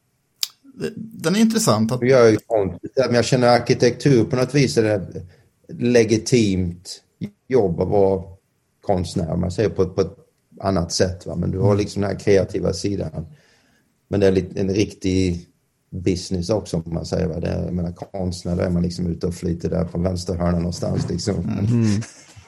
Den är intressant. Att...
Jag, är, men jag känner arkitektur på något vis är det ett legitimt jobb att vara konstnär. Man säger på, på ett annat sätt. Va? Men du har liksom den här kreativa sidan. Men det är lite, en riktig business också, om man säger. Va? Det är, jag menar, konstnär, då är man liksom ute och flyter där på vänsterhörnan någonstans. Liksom.
Mm.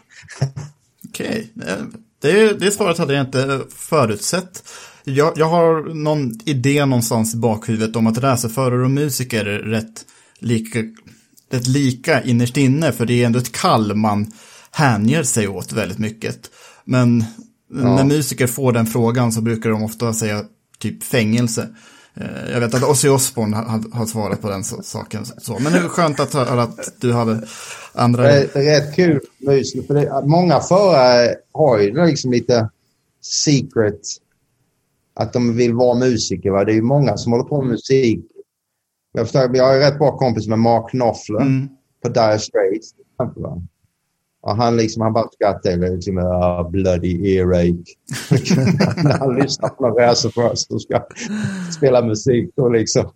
Okej. Okay. Det, det svaret hade jag inte förutsett. Jag, jag har någon idé någonstans i bakhuvudet om att racerförare och musiker är rätt lika, rätt lika innerst inne. För det är ändå ett kall man hänger sig åt väldigt mycket. Men ja. När musiker får den frågan så brukar de ofta säga typ fängelse. Jag vet att Ozzy Osbourne har, har svarat på den så, saken. Så. Men det är skönt att höra att du hade andra...
Det är rätt kul musik. För det, många förare har ju liksom lite secret att de vill vara musiker. Va? Det är ju många som håller på med musik. Jag, förstår, jag är rätt bra kompis med Mark Knopfler mm. på Dire Straits. Och han liksom, han bara skrattar liksom, uh, bloody earache. När han lyssnar på några racerförare som ska spela musik då liksom.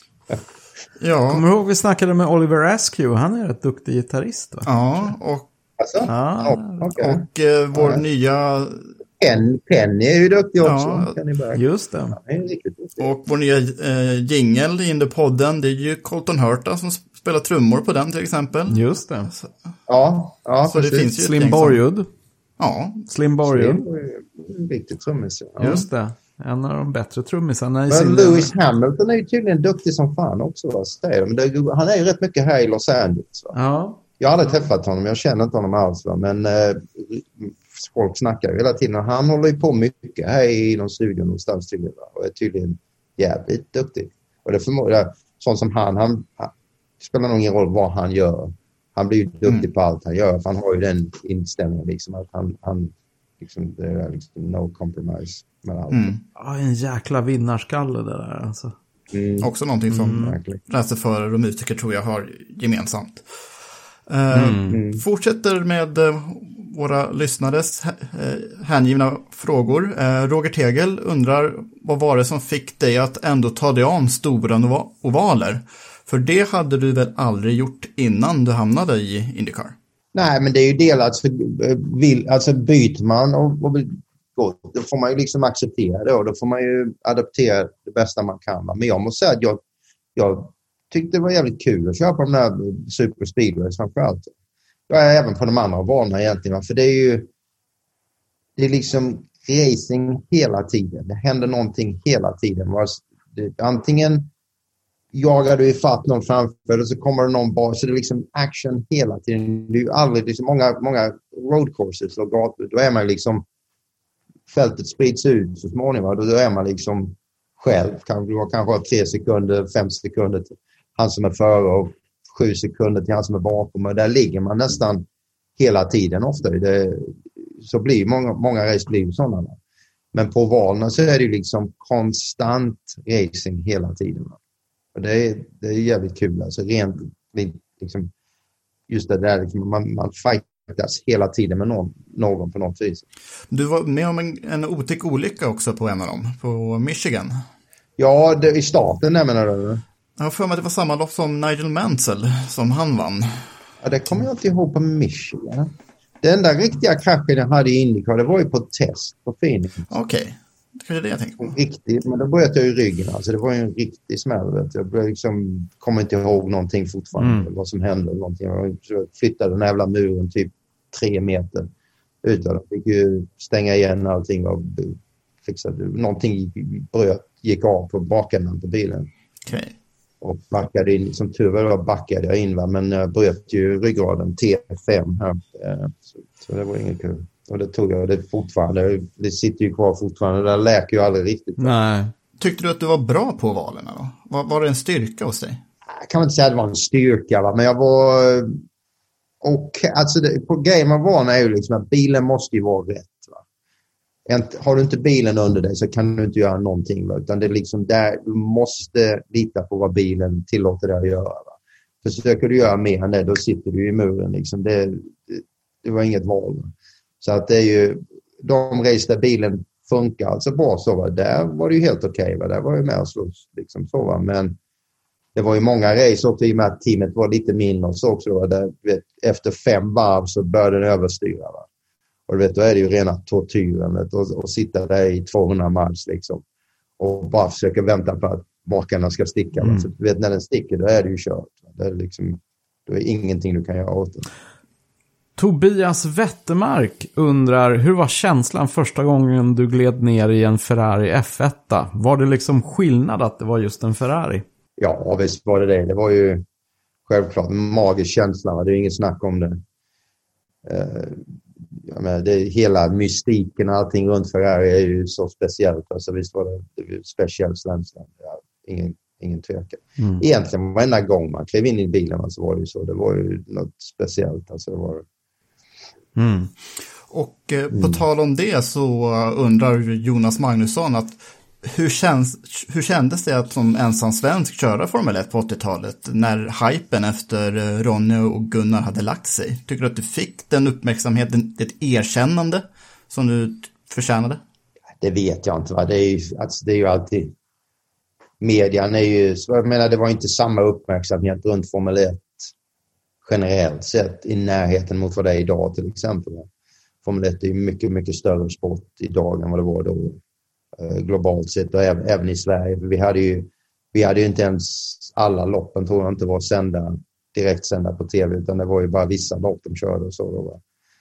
Ja. Kommer du ihåg vi snackade med Oliver Askew? Han är rätt duktig gitarrist, va?
Ja, och,
alltså?
ja, oh, okay. och eh, vår ja. nya...
Pen, Penny är ju duktig också.
Ja, just det.
Ja, är
och vår nya eh, jingle in i podden, det är ju Colton Hurta som spelar trummor på den till exempel.
Just det.
Så,
ja, ja,
så det finns ju
Slim Borgud.
Ja.
Slim Borgud.
Viktigt trummis. Ja.
Just det. En av de bättre trummisarna i
Men sin Lewis del. Hamilton är ju tydligen duktig som fan också. Va? Men det, han är ju rätt mycket här i Los Angeles. Va?
Ja.
Jag har aldrig träffat honom, jag känner inte honom alls. Va? Men eh, folk snackar ju hela tiden. Han håller ju på mycket här i någon studio någonstans tydligen. Va? Och är tydligen jävligt duktig. Och det förmodar sånt som han, han, han spelar nog ingen roll vad han gör. Han blir ju duktig mm. på allt han gör. För han har ju den inställningen liksom att han, han liksom, det är liksom no compromise med allt.
Mm. Ja, en jäkla vinnarskalle det där alltså.
Mm. Också någonting som mm. racerförare och musiker tror jag har gemensamt. Uh, mm. Fortsätter med uh, våra lyssnares uh, hängivna frågor. Uh, Roger Tegel undrar, vad var det som fick dig att ändå ta dig an stora nova- ovaler? För det hade du väl aldrig gjort innan du hamnade i IndyCar?
Nej, men det är ju del alltså, vill, alltså byter man och, och vill gå, då får man ju liksom acceptera det och då får man ju adaptera det bästa man kan. Men jag måste säga att jag, jag tyckte det var jävligt kul att köra på de där super speedways framförallt. Jag är även på de andra banorna egentligen, för det är ju det är liksom racing hela tiden. Det händer någonting hela tiden. Antingen jagar du i fatt någon framför och så kommer det någon bak. Så det är liksom action hela tiden. Det är ju aldrig liksom många, många road courses och gator. Då är man liksom fältet sprids ut så småningom. Då, då är man liksom själv. Kan, du har kanske tre sekunder, fem sekunder till han som är före och sju sekunder till han som är bakom. Och där ligger man nästan hela tiden ofta. Det, så blir många, många race blir sådana. Men på valen så är det liksom konstant racing hela tiden. Och det är, det är jävligt kul. Alltså rent, liksom, just det där, liksom, man, man fightas hela tiden med någon, någon på något vis.
Du var med om en, en otäck olycka också på en av dem, på Michigan.
Ja, det, i starten där menar du?
Jag har för mig att det var samma lopp som Nigel Mansell som han vann.
Ja, det kommer jag inte ihåg på Michigan. Den där riktiga kraschen jag hade i IndyCar, det var ju på test på Phoenix.
Okej. Okay. Det är det jag tänkte på.
Riktigt, men då började jag i ryggen. Alltså det var ju en riktig smäll. Vet jag jag liksom, kommer inte ihåg någonting fortfarande. Mm. Vad som hände. Någonting. Jag flyttade den jävla muren typ tre meter ut. Jag fick ju stänga igen allting. Och fixade. Någonting bröt, gick av på bakänden på bilen.
Okej. Okay.
Och backade in. Som tur var backade jag in. Va? Men jag bröt ju ryggraden T fem här. Så, så det var inget kul. Och det tog jag det fortfarande. Det sitter ju kvar fortfarande. Det läker ju aldrig riktigt.
Nej.
Tyckte du att du var bra på valerna då? Var, var det en styrka hos dig?
Jag kan inte säga att det var en styrka. Va? Men jag var Och alltså det, på grejen man var är ju liksom att bilen måste ju vara rätt. Va? Har du inte bilen under dig så kan du inte göra någonting. Va? Utan det är liksom där du måste lita på vad bilen tillåter dig att göra. Va? Försöker du göra mer än det, då sitter du i muren. Liksom. Det, det, det var inget val. Va? Så att det är ju de race där bilen funkar alltså bra så. Va? Där var det ju helt okej. Okay, där var ju med och slåss. Liksom, så, va? Men det var ju många race också i och med att teamet var lite mindre och så också. Då, där, vet, efter fem varv så började den överstyra. Va? Och du vet, då är det ju rena tortyren. Vet, och, och sitta där i tvåhundra miles liksom. Och bara försöka vänta på att bakarna ska sticka. Mm. Så, du vet, när den sticker då är det ju kört. Va? Det är liksom, då är ingenting du kan göra åt det.
Tobias Wettermark undrar, hur var känslan första gången du gled ner i en Ferrari F ett? Var det liksom skillnad att det var just en Ferrari?
Ja, visst var det det. Det var ju självklart en magisk känsla. Va? Det är inget snack om det. Uh, jag menar, det är hela mystiken och allting runt Ferrari är ju så speciellt. Alltså, visst var det, det var speciell känsla. Ja, ingen, ingen tvekan. Mm. Egentligen varenda gång man klev in i bilen så alltså, var det ju så. Det var ju något speciellt. Alltså, det var...
mm. Och eh, på mm. tal om det så undrar Jonas Magnusson att Hur, känns, hur kändes det att som ensam svensk köra Formel ett på åttiotalet när hypen efter Ronny och Gunnar hade lagt sig? Tycker du att du fick den uppmärksamheten, ett erkännande som du förtjänade?
Det vet jag inte. Va? Det, är ju, alltså, det är ju alltid... Median är ju... Jag menar, det var inte samma uppmärksamhet runt Formel ett generellt sett i närheten mot vad det är idag till exempel. Va? Formel ett är ju mycket, mycket större sport idag än vad det var då. Globalt sett och även, även i Sverige. För vi hade ju vi hade ju inte ens alla loppen tror jag inte var sända direkt sända på tv utan det var ju bara vissa lopp de körde och så då.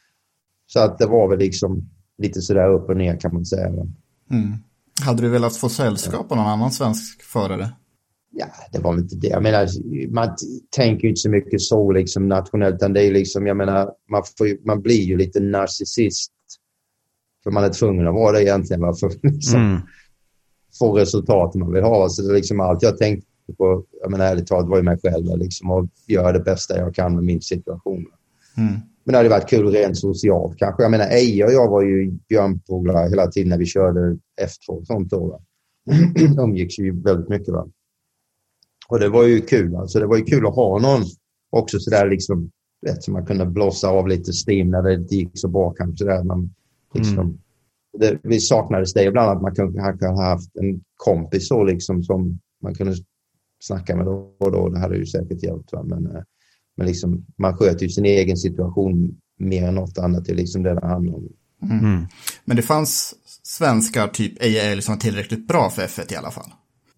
Så att det var väl liksom lite sådär upp och ner kan man säga. Mm.
Hade du velat få sällskap av någon annan svensk förare?
Ja, det var inte det. Jag menar, man tänker ju inte så mycket så liksom nationellt utan det är liksom, jag menar, man, får, man blir ju lite narcissist. För man är tvungen att vara det egentligen va? För liksom mm. få resultat man vill ha. Så det är liksom allt jag tänkte på, jag menar ärligt talat var ju mig själv liksom, och göra det bästa jag kan med min situation. Mm. Men det hade varit kul rent socialt kanske. Jag menar Eja och jag var ju björnpolare hela tiden när vi körde F två och sånt då. Va? De gick ju väldigt mycket va. Och det var ju kul alltså. Det var ju kul att ha någon också sådär liksom, vet, så man kunde blåsa av lite steam när det gick så bra kanske sådär man liksom, mm. det, vi saknades det ibland att man kunde ha haft en kompis så liksom som man kunde snacka med då och då. Det hade ju säkert hjälpt va? Men, men liksom, man sköter ju sin egen situation mer än något annat. Det är liksom det det handlar om.
Mm. Men det fanns svenskar typ A L som var tillräckligt bra för F ett i alla fall?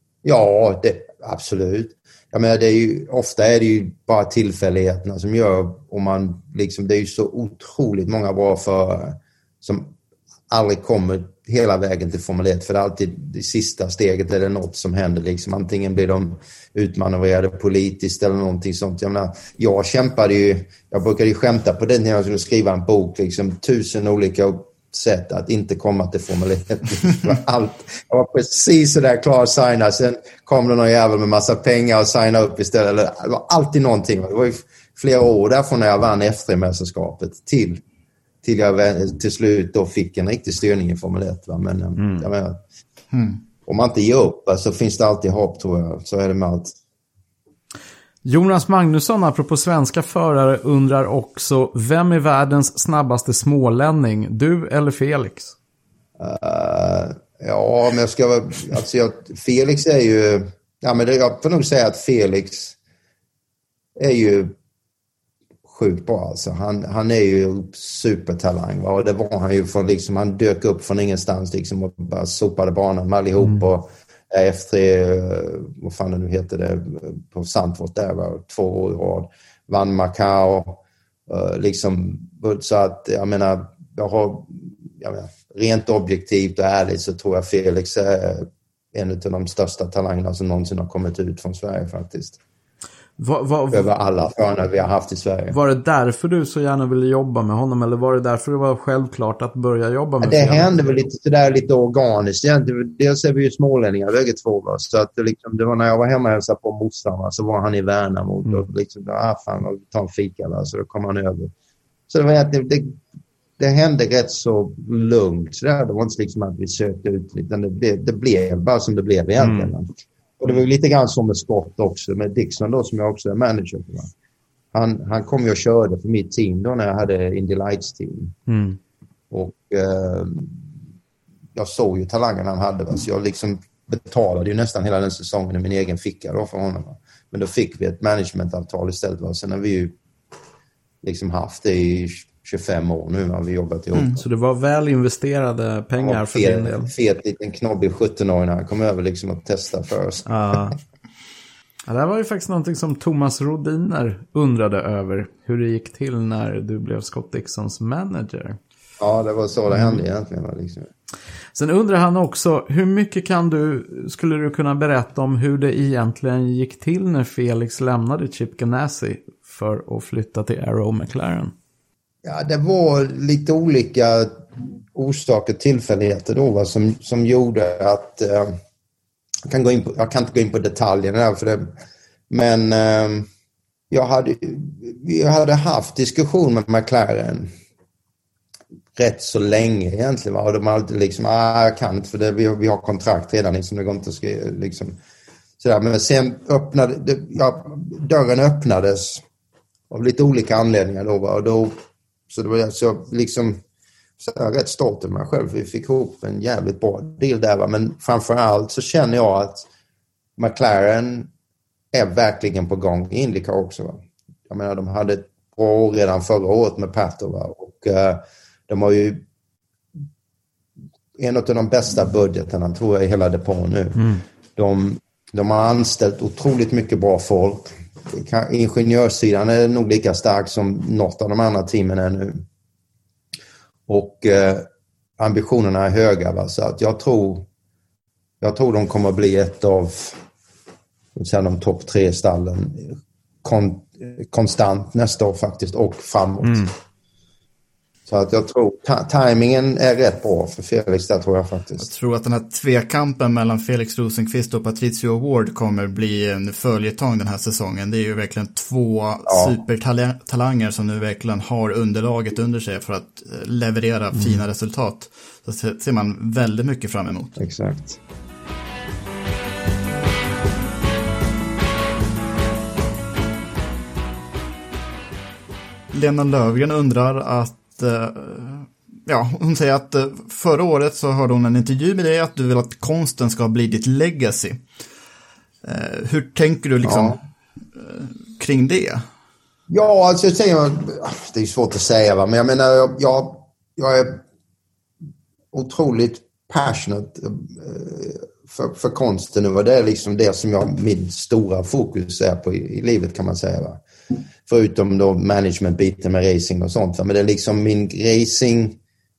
Ja, det, absolut. Jag menar, det är ju, ofta är det ju bara tillfälligheterna som gör och man liksom, det är ju så otroligt många bra förare som aldrig kommer hela vägen till Formel ett för det är alltid det sista steget är det något som händer liksom. Antingen blir de utmanövrerade politiskt eller någonting sånt. Jag menar, jag kämpade ju, jag brukade ju skämta på det när jag skulle skriva en bok liksom tusen olika sätt att inte komma till Formel ett. Allt. Jag var precis så där klar att signa, sen kom det någon jävel med massa pengar och signa upp istället. Det var alltid någonting. Det var ju flera år därifrån när jag vann F tre-mästerskapet till till jag till slut då fick en riktig styrning i Formel ett. Va? Men mm. jag menar, mm. om man inte ger upp så alltså, finns det alltid hopp tror jag. Så är det med allt.
Jonas Magnusson, apropå svenska förare, undrar också, vem är världens snabbaste smålänning? Du eller Felix?
Uh, ja, men jag ska alltså jag, Felix är ju, ja men det, jag får nog säga att Felix är ju sjukt bra alltså. Han, han är ju supertalang va? Och det var han ju från liksom, han dök upp från ingenstans liksom och bara sopade banan med allihop mm. och F tre, vad fan det nu heter det, på Sandfort där var två år i rad. Vann Macao liksom, så att jag menar, jag har jag menar, rent objektivt och ärligt så tror jag Felix är en av de största talangerna som någonsin har kommit ut från Sverige faktiskt.
Va, va,
över alla förare vi har haft i Sverige.
Var det därför du så gärna ville jobba med honom, eller var det därför det var självklart att börja jobba med
ja, det
Felix?
hände väl lite sådär lite organiskt. Dels är vi ju smålänningar bägge två. Va? Så att det, liksom, det var när jag var hemma och hälsade på morsan, så var han i Värnamo. Mm. Och liksom, ah, fan, ta en fika. Va? Så då kom han över. Så det var det, det, det hände rätt så lugnt. Så där. Det var inte liksom att vi sökte ut. Utan det, det, det blev bara som det blev egentligen. Mm. Och det var lite grann som med Scott också. Med Dixon då, som jag också är manager för. Va? Han, han kom ju och körde för mitt team då när jag hade Indy Lights team. Mm. Och eh, jag såg ju talangen han hade. Va? Så jag liksom betalade ju nästan hela den säsongen i min egen ficka då för honom. Va? Men då fick vi ett managementavtal istället. Va? Sen har vi ju liksom haft det i tjugofem år nu har vi jobbat ihop. Mm.
Så det var väl investerade pengar för din del?
Fet liten knobbig sjutton-åring när han kom över liksom att testa för oss.
Ah. Ja, det här var ju faktiskt någonting som Thomas Rodiner undrade över. Hur det gick till när du blev Scott Dixons manager.
Ja, det var så det hände egentligen. Liksom.
Sen undrar han också, hur mycket kan du, skulle du kunna berätta om hur det egentligen gick till när Felix lämnade Chip Ganassi för att flytta till Arrow McLaren?
Ja, det var lite olika orsaker, tillfälligheter då, va, som, som gjorde att eh, jag, kan gå in på, jag kan inte gå in på detaljerna där, för det, men eh, jag, hade, jag hade haft diskussion med McLaren rätt så länge egentligen, va, och de alltid liksom, ah, jag kan inte för det, vi, vi har kontrakt redan, liksom, det går inte att skriva, liksom, sådär. Men sen öppnade, det, ja, dörren öppnades av lite olika anledningar då, va, och då så det var så liksom så jag är rätt stolt över mig själv. Vi fick ihop en jävligt bra deal där. Va? Men framförallt så känner jag att McLaren är verkligen på gång i IndyCar också. Va? Jag menar, de hade ett bra år redan förra året med Pato. Va? Och uh, de har ju en av de bästa budgeterna tror jag i hela depån nu. Mm. De, de har anställt otroligt mycket bra folk. Ingenjörssidan är nog lika stark som något av de andra teamen är nu. Och eh, ambitionerna är höga. Va? Så att jag tror jag tror de kommer att bli ett av de topp tre stallen kon, konstant nästa år faktiskt och framåt. Mm. Så att jag tror ta- tajmingen är rätt bra för Felix där, tror jag faktiskt.
Jag tror att den här tvekampen mellan Felix Rosenqvist och Patricio Ward kommer bli en följetong den här säsongen. Det är ju verkligen två ja. supertalanger som nu verkligen har underlaget under sig för att leverera mm. fina resultat. Så ser man väldigt mycket fram emot.
Exakt.
Lena Lövgren undrar att ja, hon säger att förra året så hörde hon en intervju med dig att du vill att konsten ska bli ditt legacy. Hur tänker du liksom ja. kring det?
Ja, alltså jag säger, det är svårt att säga, va? Men jag menar, jag, jag, jag är otroligt passionate för, för konsten nu, och det är liksom det som jag, min stora fokus är på i, i livet, kan man säga, va? Förutom då management-biten med racing och sånt. Men det är liksom min racing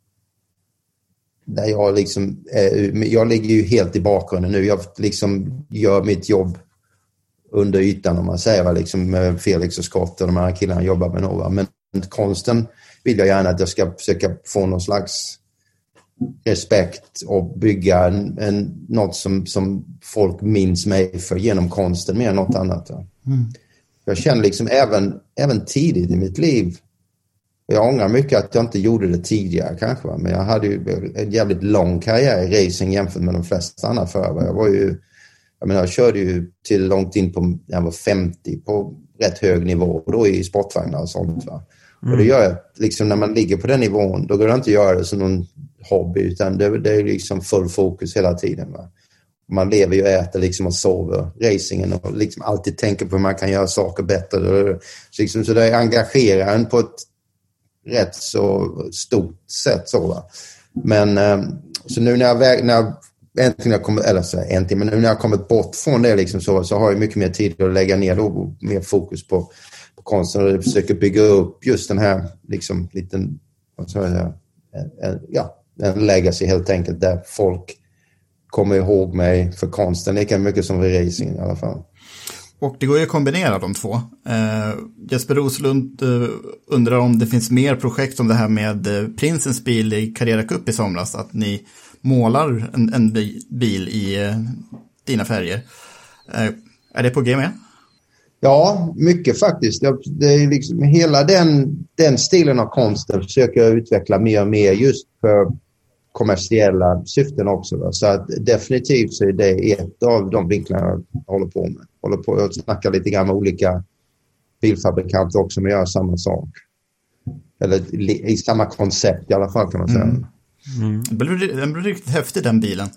där jag liksom jag ligger ju helt i bakgrunden nu. Jag liksom gör mitt jobb under ytan, om man säger, liksom med Felix och Scott och de här killarna jobbar med Nova. Men konsten vill jag gärna att jag ska försöka få någon slags respekt och bygga en, en, något som, som folk minns mig för genom konsten mer än något annat. Mm. Jag känner liksom även, även tidigt i mitt liv, och jag ångrar mycket att jag inte gjorde det tidigare kanske, va? Men jag hade ju en jävligt lång karriär i racing jämfört med de flesta andra förare. Jag var ju, jag menar, jag körde ju till långt in på, när jag var femtio på rätt hög nivå, och då i sportvagnar och sånt, va? Mm. Och det gör jag, liksom när man ligger på den nivån, då går det inte att göra det som någon hobby, utan det, det är liksom full fokus hela tiden, va? Man lever ju och äter liksom och sover racingen och liksom alltid tänker på hur man kan göra saker bättre. Så, liksom, så det engagerar en på ett rätt så stort sätt. Så, va? Men så nu när jag, när jag äntligen har kommit, eller så äntligen, men nu när jag har kommit bort från det liksom, så, så har jag mycket mer tid att lägga ner då, mer fokus på, på konsten, och försöker bygga upp just den här liksom liten, vad ska jag säga, en, en, ja, en legacy helt enkelt, där folk kommer ihåg mig för konsten lika mycket som för racing i alla fall.
Och det går ju att kombinera de två. Eh, Jesper Roslund eh, undrar om det finns mer projekt som det här med eh, Prinsens bil i Carrera Cup i somras. Att ni målar en, en bil i eh, dina färger. Eh, är det på G med?
Ja, mycket faktiskt. Jag, det är liksom, hela den, den stilen av konsten försöker jag utveckla mer och mer just för kommersiella syften också. Då. Så att definitivt så är det ett av de vinklarna jag håller på med. Håller på att snacka lite grann med olika bilfabrikanter också, men gör samma sak. Eller i samma koncept i alla fall kan man säga.
Mm. Mm. Den blir riktigt häftig den bilen.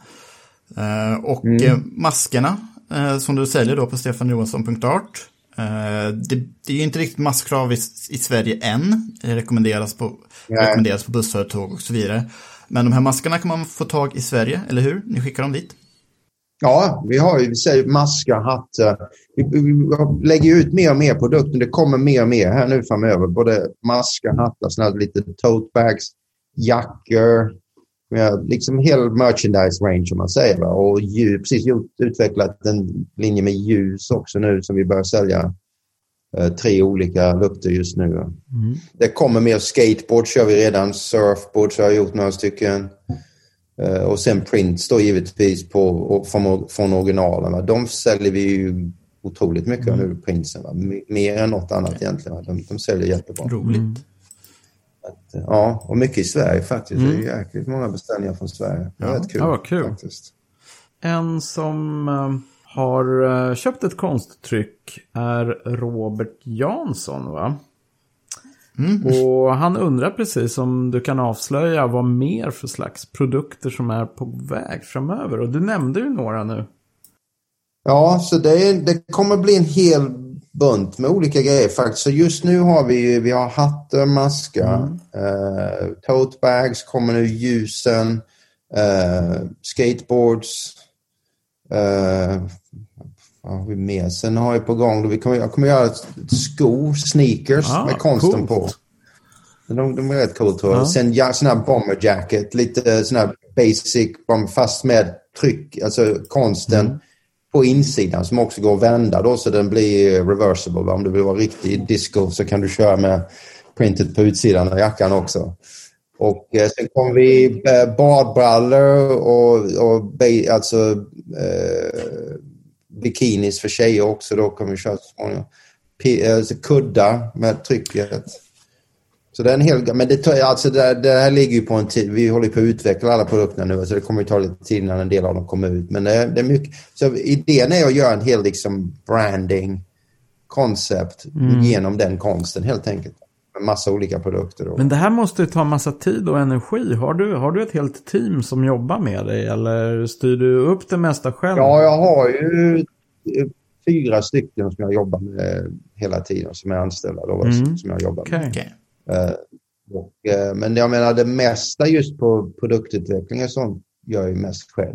Uh, och mm. uh, maskerna uh, som du säljer då på stefan johansson punkt art. Uh, det, det är ju inte riktigt maskkrav i, i Sverige än. Det rekommenderas på, rekommenderas på bussföretag och så vidare. Men de här maskerna kan man få tag i Sverige, eller hur? Ni skickar dem dit?
Ja, vi har ju vi säger masker, hattar. Vi, vi, vi lägger ut mer och mer produkter. Det kommer mer och mer här nu framöver. Både masker, hattar, sådana lite tote bags, jackor. Ja, liksom hel merchandise range om man säger. Va? Och ljus, precis gjort, utvecklat en linje med ljus också nu som vi börjar sälja. Uh, tre olika lukter just nu. Mm. Det kommer mer skateboard, kör vi redan. Surfboard så har jag gjort några stycken. Uh, och sen prints då givetvis på, och från, från originalen. Va? De säljer vi ju otroligt mycket mm. nu, printsen. Va? M- mer än något annat egentligen. Va? De, de säljer jättebra.
Roligt. Mm.
Att, uh, ja, och mycket i Sverige faktiskt. Mm. Det är jäkligt många beställningar från Sverige. Det är
ja.
rätt kul,
ja, vad kul.
Faktiskt.
En som... Uh... har köpt ett konsttryck är Robert Jansson, va? Mm. Och han undrar precis om du kan avslöja vad mer för slags produkter som är på väg framöver. Och du nämnde ju några nu.
Ja, så det, är, det kommer bli en hel bunt med olika grejer faktiskt. Så just nu har vi, vi har hattar, maskar, mm. uh, tote bags, kommer nu ljusen, uh, skateboards. Uh, ja, vi med. Sen har jag på gång, vi kommer, jag kommer göra skor, sneakers ah, med konsten coolt. På. De, de är rätt coolt tror jag. Ah. Sen ja, sån här bomber jacket, lite sån här basic, fast med tryck, alltså konsten mm. på insidan som också går att vända då så den blir reversible. Va? Om du vill vara riktig disco så kan du köra med printet på utsidan av jackan också. Och eh, sen kommer vi eh, badbrallor och, och be, alltså eh, bikinis för tjejer också. Då kommer vi köra så småningom. P- alltså kuddar med trycket. Så det är en hel... Men det, alltså det, det här ligger ju på en tid. Vi håller på att utveckla alla produkterna nu. Så det kommer ju ta lite tid innan en del av dem kommer ut. Men det, det är mycket... Så idén är att göra en hel liksom branding koncept mm. genom den konsten helt enkelt. Med massa olika produkter. Då.
Men det här måste ju ta massa tid och energi. Har du, har du ett helt team som jobbar med dig? Eller styr du upp det mesta själv?
Ja, jag har ju fyra stycken som jag jobbar med hela tiden. Som är anställda då, mm. som jag jobbar med.
Okay.
Uh, och, uh, men jag menar det mesta just på produktutveckling och sånt gör jag ju mest själv.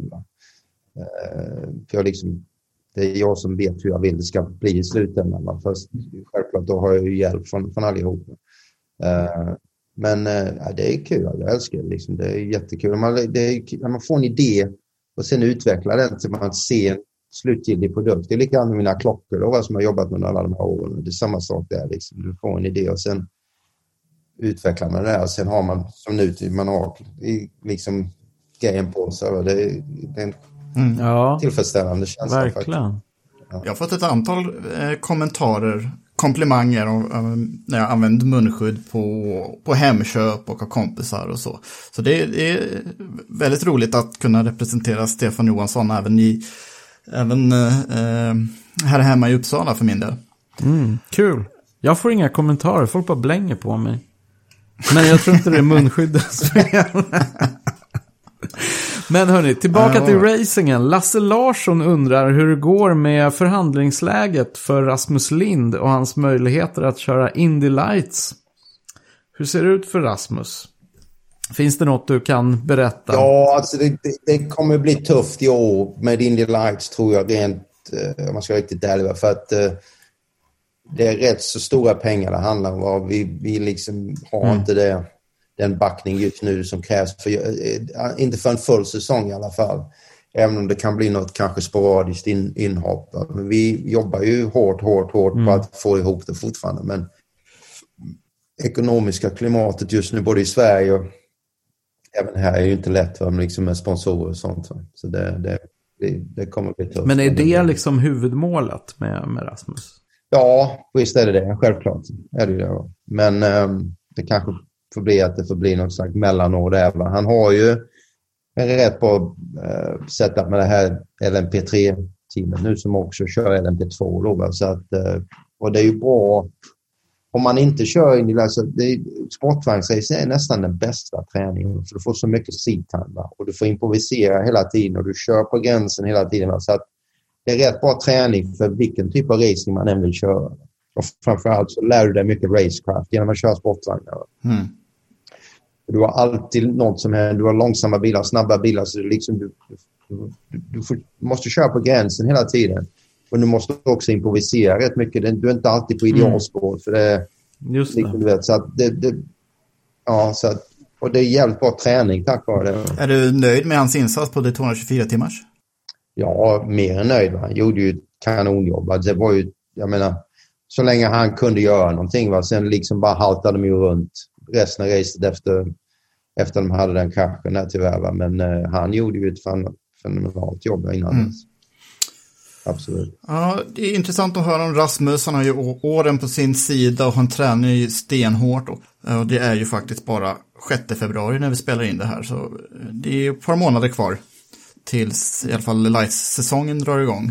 Uh, för jag liksom, det är jag som vet hur jag vill det ska bli i slutändan. Fast självklart då har jag ju hjälp från, från allihopa. Uh, men uh, ja, det är kul, jag älskar det. Liksom. Det är jättekul. Man, det är, när man får en idé och sen utveckla den till man ser en slutgiltig produkt. Det är likadant med mina klockor då, som jag har jobbat med alla de här åren. Det är samma sak där. Liksom. Du får en idé och sen utvecklar man det där. Och sen har man som nu man har liksom grejen på sig. Det är, det är en mm. ja, tillfredsställande känsla.
Verkligen.
Ja. Jag har fått ett antal eh, kommentarer, komplimanger om, um, när jag använder munskydd på, på Hemköp och av kompisar och så. Så det, det är väldigt roligt att kunna representera Stefan Johansson även, i, även eh, här hemma i Uppsala för min del.
Mm, kul. Jag får inga kommentarer, folk bara blänger på mig. Men jag tror inte det är munskyddet. Men hörni, tillbaka till racingen. Lasse Larsson undrar hur det går med förhandlingsläget för Rasmus Lind och hans möjligheter att köra Indy Lights. Hur ser det ut för Rasmus? Finns det något du kan berätta?
Ja, alltså det, det, det kommer bli tufft i år med Indy Lights tror jag rent, om man ska vara riktigt ärlig. För att det är rätt så stora pengar det handlar om. Vi, vi liksom har mm. inte det, den backning just nu som krävs. För, inte för en full säsong i alla fall. Även om det kan bli något kanske sporadiskt in, inhopp. Men vi jobbar ju hårt, hårt, hårt mm. på att få ihop det fortfarande. Men ekonomiska klimatet just nu både i Sverige och även här är ju inte lätt va? Liksom med sponsorer och sånt. Va? Så det, det, det, det kommer bli tufft.
Men är det liksom huvudmålet med, med Rasmus? Ja,
visst är det det. Självklart är det det. Men um, det kanske får bli att det får bli något slags mellanår där. Va? Han har ju en rätt bra uh, setup med det här L M P tre-teamet nu som också kör L M P två. Då, va? Så att, uh, och det är ju bra om man inte kör in i alltså, sportvagnsrace är nästan den bästa träningen för du får så mycket seat-time och du får improvisera hela tiden och du kör på gränsen hela tiden. Va? Så att det är rätt bra träning för vilken typ av racing man än vill köra. Och framförallt så lär du dig mycket racecraft genom att köra sportvagnar. Mm. Du har alltid något som händer. Du har långsamma bilar, snabba bilar. Så det liksom, du, du, du, får, du måste köra på gränsen hela tiden. Och du måste också improvisera rätt mycket. Du är inte alltid på idealspår. Mm. För det,
Just det.
Liksom, du vet, så att det, det, ja, så att, och det är jävligt bra träning tack vare det.
Är du nöjd med hans insats på det tvåhundratjugofyra timmars?
Ja, mer än nöjd. Va? Han gjorde ju ett kanonjobb. Det var ju, jag menar, så länge han kunde göra någonting. Va? Sen liksom bara haltade de ju runt resten av racet efter, efter de hade den kraschen där tyvärr. Va? Men eh, han gjorde ju ett fan, fenomenalt jobb innan mm. dess. Absolut.
Ja, det är intressant att höra om Rasmus. Han har ju åren på sin sida och han tränar ju stenhårt. Och det är ju faktiskt bara sjätte februari när vi spelar in det här. Så det är ett par månader kvar tills i alla fall light-säsongen drar igång.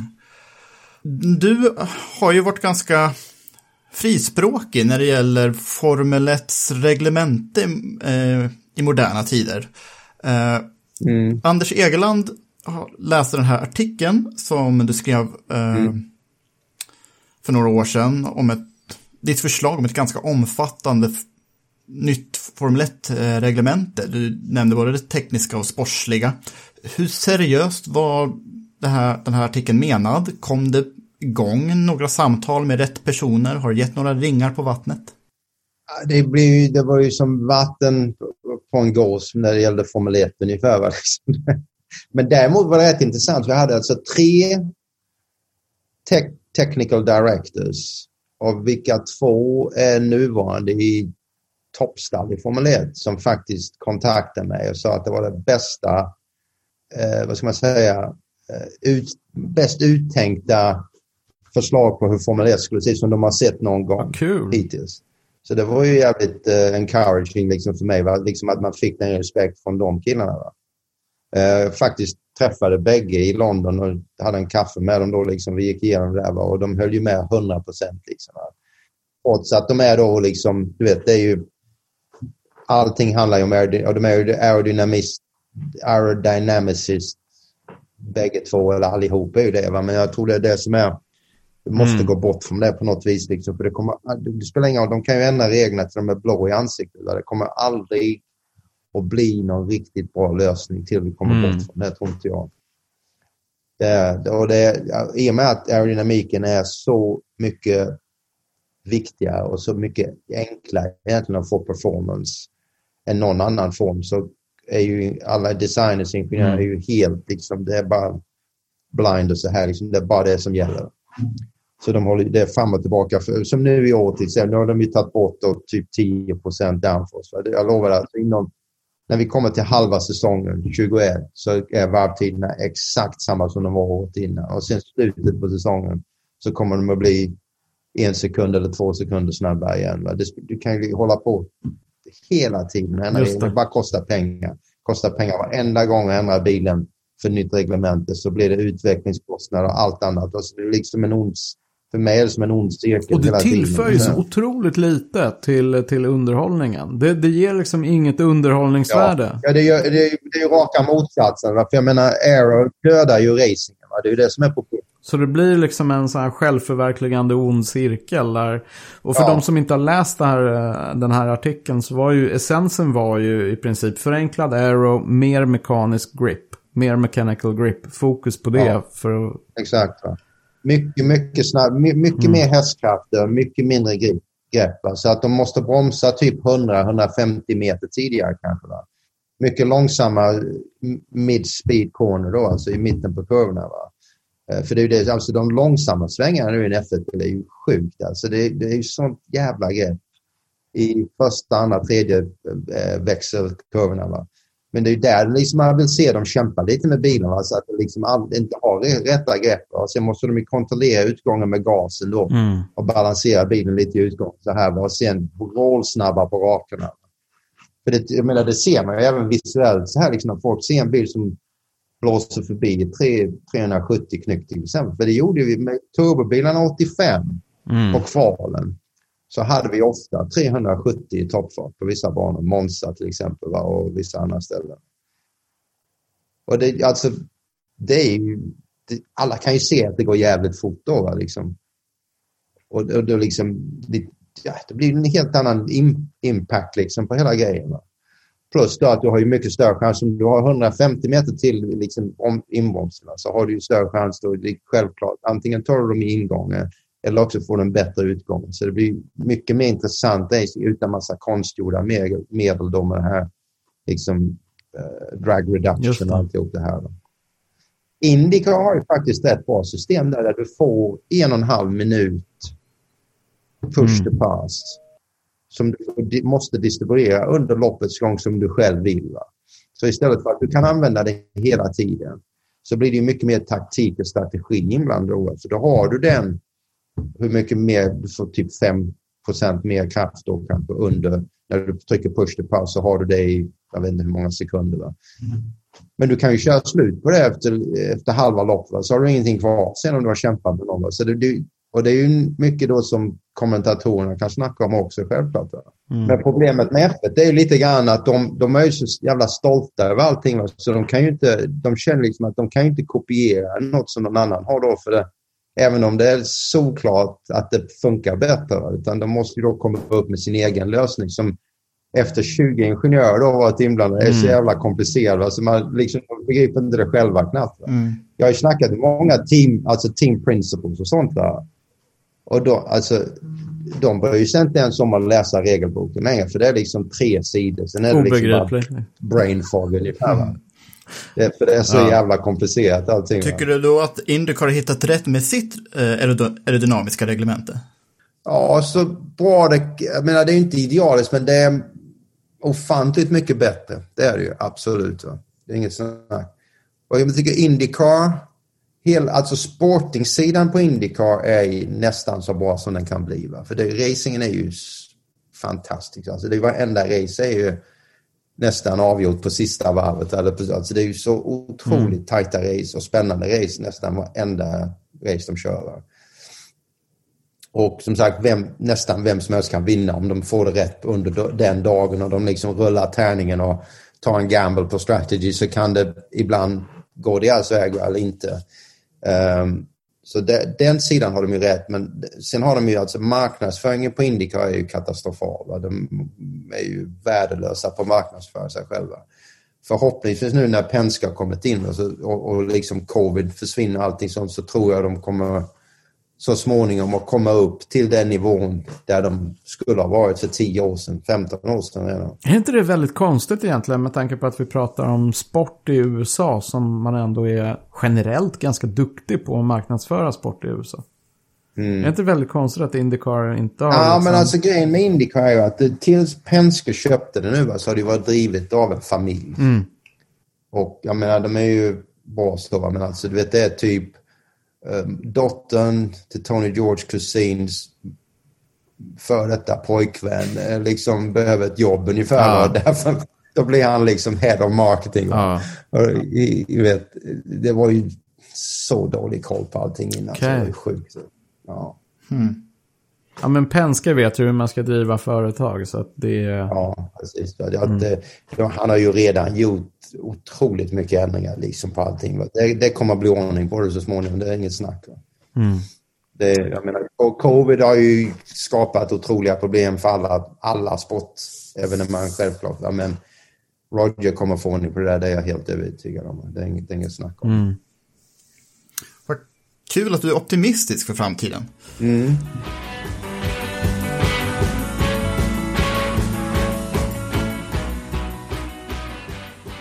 Du har ju varit ganska frispråkig när det gäller Formel ett reglemente eh, i moderna tider. Eh, mm. Anders Egeland läste den här artikeln som du skrev eh, mm. för några år sedan om ett, ditt förslag om ett ganska omfattande f- nytt Formel ett-reglemente. Du nämnde både det tekniska och sportsliga. Hur seriöst var det här, den här artikeln menad? Kom det igång några samtal med rätt personer? Har det gett några ringar på vattnet?
Det, blev, det var ju som vatten på en gås när det gällde Formel ett ungefär. Va? Men däremot var det rätt intressant. Vi hade alltså tre te- technical directors av vilka två är nuvarande i toppstall i Formel ett som faktiskt kontaktade mig och sa att det var det bästa eh, vad ska man säga eh, ut, bäst uttänkta förslag på hur Formel ett skulle se ut som de har sett någon gång
cool.
hittills. Så det var ju jävligt eh, encouraging liksom för mig va? Liksom att man fick den respekt från de killarna va? Eh, faktiskt träffade bägge i London och hade en kaffe med dem då liksom, vi gick igenom det där va? Och de höll ju med hundra procent liksom va? Och så att de är då liksom, du vet det är ju allting handlar ju om aerodyn- och de är ju aerodynamist aerodynamicist bägge två eller allihop är ju det va? Men jag tror det är det som är du måste mm. gå bort från det på något vis liksom, för det kommer det spelar ingen roll, de kan ju ändra reglerna till de är blå i ansiktet va? Det kommer aldrig att bli någon riktigt bra lösning till vi kommer mm. bort från det tror inte jag. Det, och det, i och med att aerodynamiken är så mycket viktigare och så mycket enklare egentligen att få performance än någon annan form så är ju alla designers och ingenjörer mm. är ju helt liksom, det är bara blind och så här liksom, det är bara det som gäller. Så de håller det fram och tillbaka för, som nu i år till exempel, nu har de ju tagit bort då, typ tio procent downforce. Jag lovar att inom när vi kommer till halva säsongen tjugoett så är varvtiderna exakt samma som de var året innan. Och sen slutet på säsongen så kommer de att bli en sekund eller två sekunder snabbare igen. Va? Det, du kan ju hålla på hela tiden. Det. det bara kostar pengar. Kostar pengar varenda gång jag ändrar bilen för nytt reglemente så blir det utvecklingskostnader och allt annat. Och så det är liksom en ond, för mig är det som en ond cirkel.
Och det tillför ju så otroligt lite till, till underhållningen. Det, det ger liksom inget underhållningsvärde.
Ja, ja det, är, det, är, det är ju raka motsatsen. Va? För jag menar, Aero dödar ju racingen. Va? Det är ju det som är problemet.
Så det blir liksom en sån här självförverkligande ond cirkel där. Och för ja. de som inte har läst det här, den här artikeln så var ju essensen var ju i princip förenklad Aero, mer mekanisk grip. Mer mechanical grip. Fokus på det. Ja, för att...
exakt va. Mycket, mycket snabb, mycket mm. mer hästkrafter, mycket mindre grepp. Va? Så att de måste bromsa typ hundra till hundrafemtio meter tidigare kanske. Va? mycket långsamma mid-speed corner då, alltså i mitten på kurvorna. Va? För det är ju det, alltså de långsamma svängarna nu i en F ett det är ju sjukt. Alltså det, det är ju sånt jävla grepp i första, andra, tredje eh, växelkurvorna. Va? Men det är ju där liksom man vill se dem kämpa lite med bilen. Va? Så att de liksom all, inte har rätta grepp. Va? Sen måste de ju kontrollera utgången med gasen då. Mm. Och balansera bilen lite i utgång. Så här, va? Och sen rålsnabba på rakerna. Va? För det, jag menar, det ser man ju även visuellt. Så här liksom när folk ser en bil som blåser förbi trehundrasjuttio knyck till exempel. För det gjorde vi med turbobilarna åttiofem mm. på kvalen. Så hade vi ofta trehundrasjuttio i toppfart på vissa banor. Monza till exempel, va? Och vissa andra ställen. Och det, alltså, det är ju, det, alla kan ju se att det går jävligt fort då. Va? Liksom. Och, och då liksom, det, ja, det blir en helt annan im, impact liksom, på hela grejen. Va? Plus då att du har ju mycket större chans. Om du har hundrafemtio meter till liksom, om inbromsarna så har du ju större chans då. Det är självklart. Antingen tar du dem i ingången eller också får du en bättre utgång. Så det blir mycket mer intressant utan massa konstgjorda medel då med det här liksom uh, drag reduction och alltihop det här. Då. Indycar har ju faktiskt ett bra system där, där du får en och en halv minut push to pass som du måste distribuera under loppets gång som du själv vill. Va? Så istället för att du kan använda det hela tiden så blir det ju mycket mer taktik och strategi inblandad. Så då har du den hur mycket mer, du får typ fem procent mer kraft då kanske under, när du trycker push to pass så har du det i, jag vet inte hur många sekunder. Va? Mm. Men du kan ju köra slut på det efter, efter halva loppet så har du ingenting kvar sen om du har kämpat med någon. Va? Så det, och det är ju mycket då som kommentatorerna kan snacka om också självklart. Mm. Men problemet med F ett det är ju lite grann att de, de är ju så jävla stolta över allting. Va? Så de kan ju inte, de känner liksom att de kan ju inte kopiera något som någon annan har då för det. Även om det är såklart att det funkar bättre. Utan de måste ju då komma upp med sin egen lösning som efter tjugo ingenjörer då varit inblandade är mm. så jävla komplicerad. Alltså man liksom begriper inte det själva knappt. Mm. Jag har ju snackat med många team, alltså team principles och sånt där. Och då, alltså, de börjar ju inte ens om att läsa regelboken längre. För det är liksom tre sidor. Sen är det liksom bara brain fog ungefär. Mm. Det är, för det är så ja. jävla komplicerat allting.
Tycker du då att Indycar har hittat rätt med sitt eh, aerodynamiska reglemente?
Ja, så bra det, jag menar det är inte idealiskt men det är ofantligt mycket bättre. Det är det ju, absolut. Va? Det är inget snack. Och jag tycker Indycar, hel, alltså sportingsidan på Indycar är nästan så bra som den kan bli. Va? För det, racingen är ju fantastisk. Alltså det är varenda race är ju nästan avgjort på sista varvet. Alltså det är ju så otroligt mm. tajta race och spännande race nästan varenda race de kör. Va? Och som sagt, vem, nästan vem som helst kan vinna om de får det rätt under den dagen och de liksom rullar tärningen och tar en gamble på strategy så kan det ibland gå deras väg eller inte. Um, så det, den sidan har de ju rätt, men sen har de ju alltså marknadsföringen på Indycar är ju katastrofal. Va? De är ju värdelösa på att marknadsföra sig själva. Förhoppningsvis nu när Penske har kommit in och, så, och, och liksom covid försvinner och allting sånt så tror jag de kommer så småningom att komma upp till den nivån där de skulle ha varit för tio år sedan, femton år sedan redan.
Är inte det väldigt konstigt egentligen med tanke på att vi pratar om sport i U S A som man ändå är generellt ganska duktig på att marknadsföra sport i U S A? Mm. Är inte väldigt konstigt att Indycar inte har...
Ja, liksom... men alltså grejen med Indycar är ju att det, tills Penske köpte det nu så har det varit drivet av en familj. Mm. Och jag menar, de är ju bra stora, men alltså du vet det är typ Um, dottern till Tony George kusins för detta pojkvän eh, liksom behöver ett jobb ungefär ja. och därför då blir han liksom head of marketing ja. och, i, i, vet, det var ju så dålig koll på allting innan okay. så det var ju sjukt ja.
Hmm. Ja men Penske vet ju hur man ska driva företag så att det
ja precis att, mm. det, han har ju redan gjort otroligt mycket ändringar liksom på allting. Det, det kommer bli ordning på det så småningom, det är inget snack. Mm. Det, jag menar, covid har ju skapat otroliga problem för alla, alla sportevenemang självklart. Men Roger kommer få ordning på det där, det är jag helt övertygad om. Det är inget, det är inget snack om. Mm.
Vad kul att du är optimistisk för framtiden.
Mm.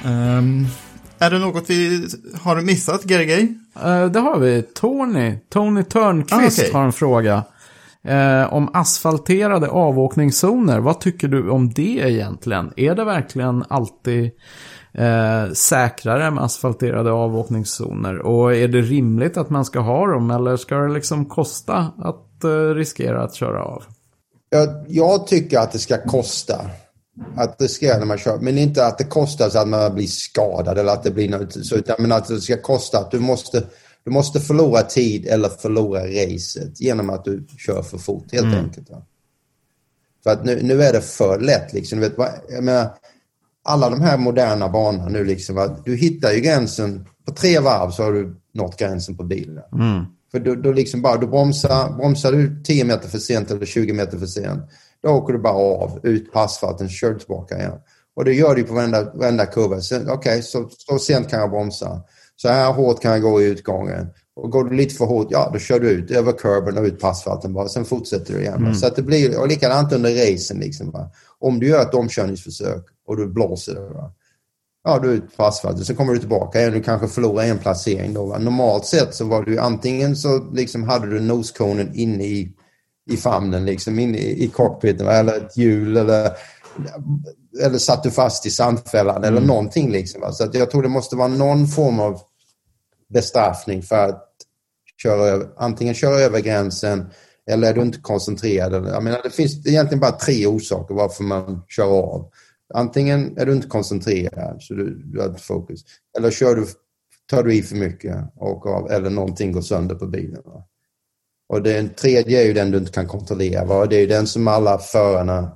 Um, är det något vi har missat, Gergej?
Uh, det har vi. Tony. Tony Törnqvist ah, okay. har en fråga. Uh, om asfalterade avåkningszoner. Vad tycker du om det egentligen? Är det verkligen alltid uh, säkrare med asfalterade avåkningszoner? Och är det rimligt att man ska ha dem? Eller ska det liksom kosta att uh, riskera att köra av?
Jag, jag tycker att det ska kosta. Att det ska när man kör, men inte att det kostar så att man blir skadad eller att det blir något så, utan men att det ska kosta att du måste du måste förlora tid eller förlora racet genom att du kör för fort helt mm. enkelt. Va? För att nu, nu är det för lätt liksom, du vet vad, jag menar, alla de här moderna banorna nu liksom, att du hittar ju gränsen på tre varv så har du nått gränsen på bilen.
Mm.
För då, då liksom bara du bromsar bromsar du tio meter för sent eller tjugo meter för sent. Då åker du bara av, ut på asfalten, kör tillbaka igen. Och det gör du på varenda, varenda kurva. Okej, okay, så, så sent kan jag bromsa. Så här hårt kan jag gå i utgången. Och går du lite för hårt, ja då kör du ut över kurvan och ut på asfalten bara. Sen fortsätter du igen. Mm. Så att det blir, och likadant under racen liksom. Va? Om du gör ett omkörningsförsök och du blåser det, va? Ja, du är ut på asfalten. Så kommer du tillbaka igen. Du kanske förlorar en placering då. Va? Normalt sett så var du antingen så liksom hade du noskonen inne i i famnen liksom, in i, i cockpiten eller ett hjul eller, eller satt du fast i sandfällan mm. eller någonting liksom. Va? Så att jag tror det måste vara någon form av bestraffning för att köra över, antingen köra över gränsen eller är du inte koncentrerad. Eller, jag menar, det finns egentligen bara tre orsaker varför man kör av. Antingen är du inte koncentrerad så du, du har fokus. Eller kör du, tar du i för mycket och av, eller någonting går sönder på bilen. Va? Och den tredje är ju den du inte kan kontrollera. Va? Det är ju den som alla förarna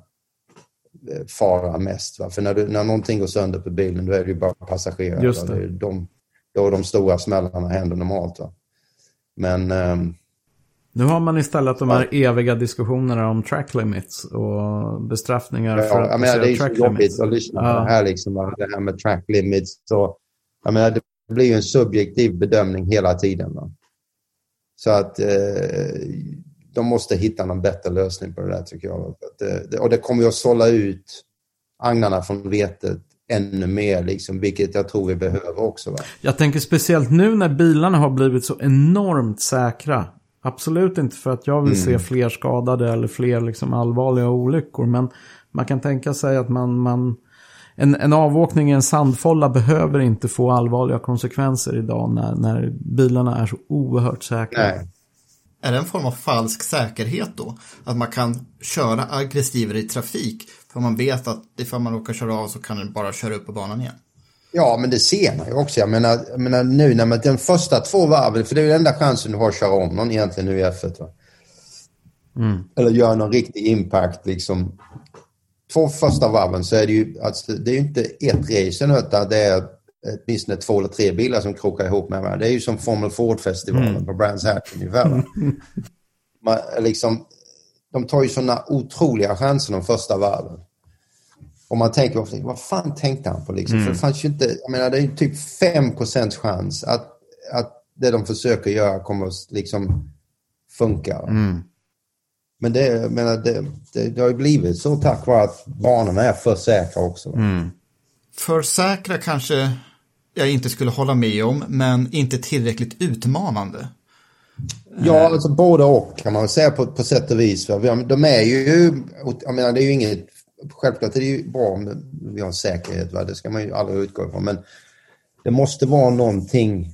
farar mest. Va? För när, du, när någonting går sönder på bilen då är det ju bara passagerare.
Just det.
Det är de, då de stora smällarna händer normalt. Va? Men... Um,
nu har man istället de här ja. eviga diskussionerna om track limits och bestraffningar
ja,
för att
jag menar, det är
track
så jobbigt
limits.
att lyssna ja. på det här liksom. Va? Det här med track limits. Så, jag menar, det blir ju en subjektiv bedömning hela tiden. Va? Så att eh, de måste hitta någon bättre lösning på det där tycker jag. Att, eh, och det kommer ju att sålla ut agnarna från vetet ännu mer liksom, vilket jag tror vi behöver också. Va?
Jag tänker speciellt nu när bilarna har blivit så enormt säkra. Absolut inte för att jag vill mm. se fler skadade eller fler liksom, allvarliga olyckor. Men man kan tänka sig att man... man En, en avåkning i en sandfålla behöver inte få allvarliga konsekvenser idag när, när bilarna är så oerhört säkra.
Nej.
Är det en form av falsk säkerhet då? Att man kan köra aggressivare i trafik för man vet att ifall man råkar köra av så kan den bara köra upp på banan igen?
Ja, men det ser man ju också. Jag menar, jag menar nu när man den första två varven, för det är ju den enda chansen du har att köra om någon egentligen nu i F ett. Va? Mm. Eller göra någon riktig impact liksom. Två första varven så är det ju alltså, det är ju inte ett race utan det är åtminstone två eller tre bilar som krokar ihop med varandra. Det är ju som Formel Ford-festivalen mm. på Brands Hatch ungefär. Man, liksom, de tar ju sådana otroliga chanser de första varven. Och man tänker, vad fan tänkte han på liksom? Mm. För det fanns ju inte, jag menar det är ju typ fem procent chans att, att det de försöker göra kommer att liksom funka.
Mm.
Men det, jag menar, det, det, det har ju blivit så tack vare att banorna är för säkra också.
Mm.
För säkra kanske jag inte skulle hålla med om, men inte tillräckligt utmanande.
Ja, alltså både och kan man säga på, på sätt och vis. De är ju, jag menar det är ju inget, självklart är det ju bra om vi har säkerhet, va? Det ska man ju aldrig utgå ifrån. Men det måste vara någonting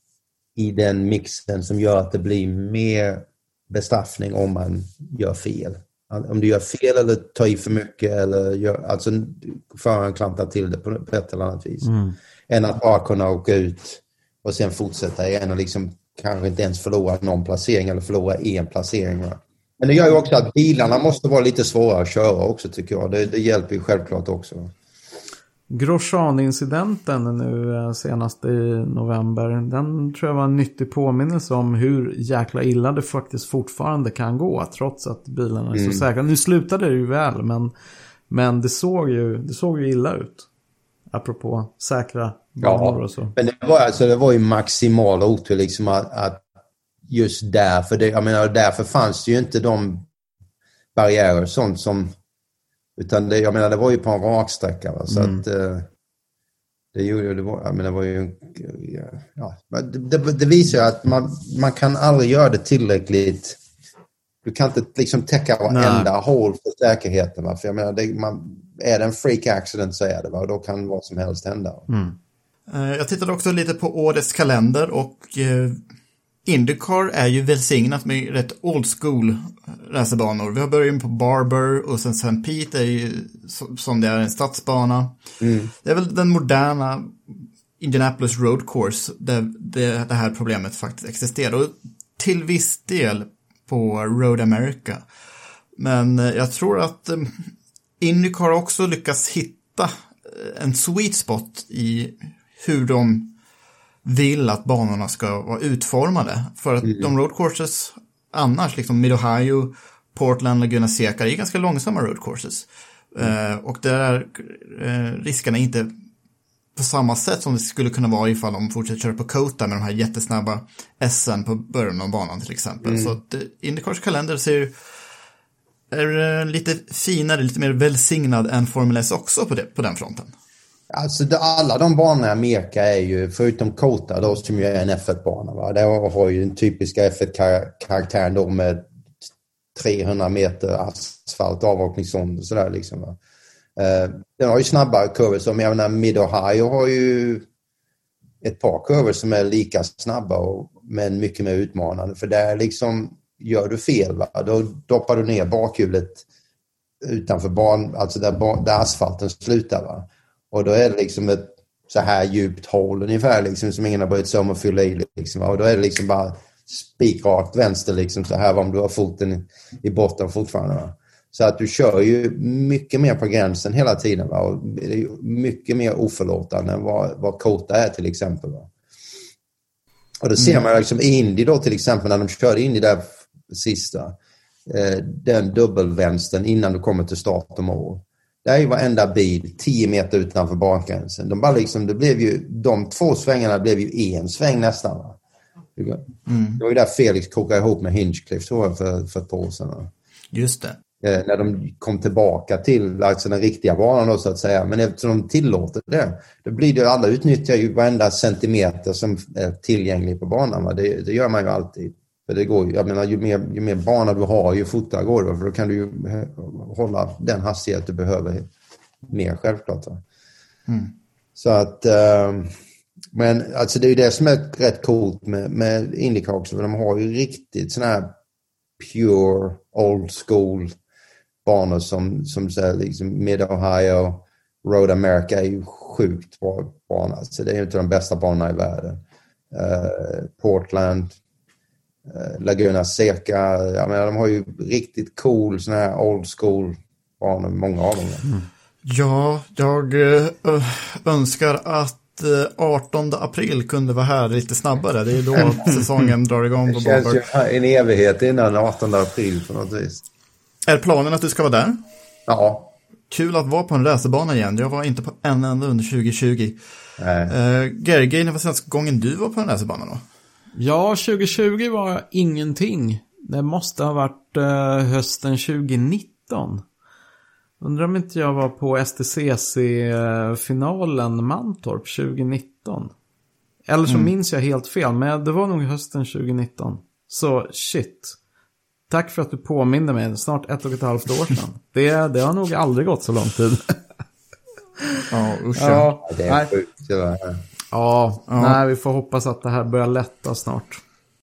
i den mixen som gör att det blir mer bestraffning om man gör fel. Om du gör fel eller tar i för mycket eller gör, alltså föraren klantar till det på, på ett eller annat vis.
Mm.
Än att bara kunna åka ut och sen fortsätta igen och liksom kanske inte ens förlora någon placering eller förlora en placering. Va? Men det gör ju också att bilarna måste vara lite svårare att köra också tycker jag. Det, det hjälper ju självklart också.
Grosjean-incidenten nu senast i november, den tror jag var en nyttig påminnelse om hur jäkla illa det faktiskt fortfarande kan gå trots att bilarna är mm. så säkra. Nu slutade det ju väl, men, men det, såg ju, det såg ju illa ut. Apropå säkra banor
ja,
och så.
Men det var, alltså, det var ju maximal otur liksom att, att just därför, det, jag menar, därför fanns det ju inte de barriärer sånt som utan det, jag menar det var ju på en raksträcka va? Så mm. att eh, Det gjorde det var, men det var ju ja, det, det, det visar ju att man, man kan aldrig göra det tillräckligt. Du kan inte liksom täcka varenda hål för säkerheten. Va? För jag menar, det, man, är det en freak accident så är det, va? Och då kan vad som helst hända.
Mm. Jag tittade också lite på årets kalender och eh, IndyCar är ju välsignat med rätt old school racerbanor. Vi har börjat på Barber och sen Saint Pete är ju som det är en stadsbana. Mm. Det är väl den moderna Indianapolis Road Course där det, det här problemet faktiskt existerar. Och till viss del på Road America. Men jag tror att IndyCar också lyckas hitta en sweet spot i hur de vill att banorna ska vara utformade. För att mm. de road courses annars, liksom Mid-Ohio, Portland, Laguna Seca, är ganska långsamma road courses. Mm. Uh, och där är uh, riskerna inte på samma sätt som det skulle kunna vara ifall de fortsätter köra på Kota med de här jättesnabba S-en på början av banan till exempel. Mm. Så att uh, IndyCars kalender ser är uh, lite finare, lite mer välsignad än Formel S också på, det, på den fronten.
Alltså det, alla de banorna i Amerika är ju, förutom Kota då, som ju är en F ett-bana, va? Det har ju den typiska F ett-karaktären då med trehundra meter asfalt, avåkningszon och sådär liksom, va? Eh, den har ju snabbare kurvor, som jag menar Mid-Ohio har ju ett par kurvor som är lika snabba och, men mycket mer utmanande, för där liksom gör du fel, va? Då doppar du ner bakhjulet utanför ban, alltså där, där asfalten slutar, va? Och då är det liksom ett så här djupt hål ungefär liksom, som ingen har börjat som att fylla i liksom. Och då är det liksom bara spikrakt vänster liksom, så här om du har foten i, i botten fortfarande, va? Så att du kör ju mycket mer på gränsen hela tiden, va? Och det är mycket mer oförlåtande än vad, vad Kota är till exempel, va? Och då ser mm. man liksom Indy då till exempel, när de körde Indy där sista eh, den dubbelvänstern innan du kommer till start och mål. Det är ju varenda bil tio meter utanför bakgränsen. De bara liksom, det blev ju, de två svängarna blev ju en sväng nästan, va? Mm. Det var ju där Felix kokade ihop med Hinchcliffe, tror jag, för, för ett år sedan, va?
Just det.
Eh, när de kom tillbaka till alltså den riktiga banan då, så att säga. Men eftersom de tillåter det, då blir det ju, alla utnyttjar ju varenda centimeter som är tillgänglig på banan, va? Det, det gör man ju alltid. För det går ju, jag menar, ju mer, ju mer bana du har, ju fortare går det. För då kan du ju hålla den hastighet du behöver mer, självklart. Mm. Så att, äh, men alltså det är ju det som är rätt coolt med, med IndyCar också. För de har ju riktigt sådana här pure, old school banor som, som så här, liksom Mid-Ohio, Road America är ju sjukt bra banor. Så det är ju inte de bästa banorna i världen. Uh, Portland, Laguna Seca, jag menar, de har ju riktigt cool såna här old school banor, många av dem. Mm.
Ja, jag ö, önskar att artonde april kunde vara här lite snabbare. Det är då säsongen drar igång på
Barber. Det känns ju en evighet innan artonde april på något vis.
Är planen att du ska vara där?
Ja.
Kul att vara på en racerbana igen. Jag var inte på en enda under tjugo tjugo. Nej. Uh, Gergej, det var senaste gången du var på en racerbana då?
Ja, tjugo tjugo var ingenting. Det måste ha varit uh, hösten tjugo nitton. Undrar om inte jag var på S T C C-finalen Mantorp tjugo nitton. Eller så mm. minns jag helt fel, men det var nog hösten tjugo nitton. Så shit. Tack för att du påminner mig. Snart ett och ett halvt år sedan. Det, det har nog aldrig gått så lång tid.
Ja, usch.
Ja, det är sjukt. Ja,
ja, nej, vi får hoppas att det här börjar lätta snart.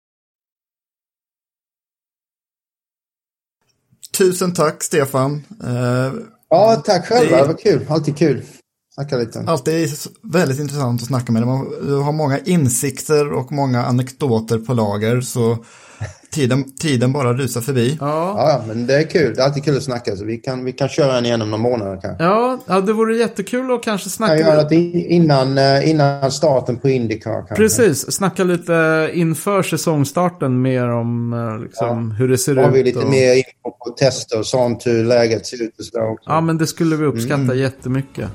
Tusen tack, Stefan. Uh,
ja, tack själva. Det var kul. Alltid kul. Snacka lite.
Alltid väldigt intressant att snacka med dig. Du har många insikter och många anekdoter på lager, så tiden, tiden bara rusar förbi.
Ja. ja, men det är kul. Det är alltid kul att snacka, så vi kan, vi kan köra en igenom några månader kanske.
Ja, ja, det vore jättekul att kanske snacka.
Jag göra det innan, innan starten på IndyCar kanske.
Precis, snacka lite inför säsongstarten mer om liksom, ja. hur det ser ut.
Har vi lite och... mer info på tester och sånt, hur läget ser ut och så också.
Ja, men det skulle vi uppskatta mm. jättemycket.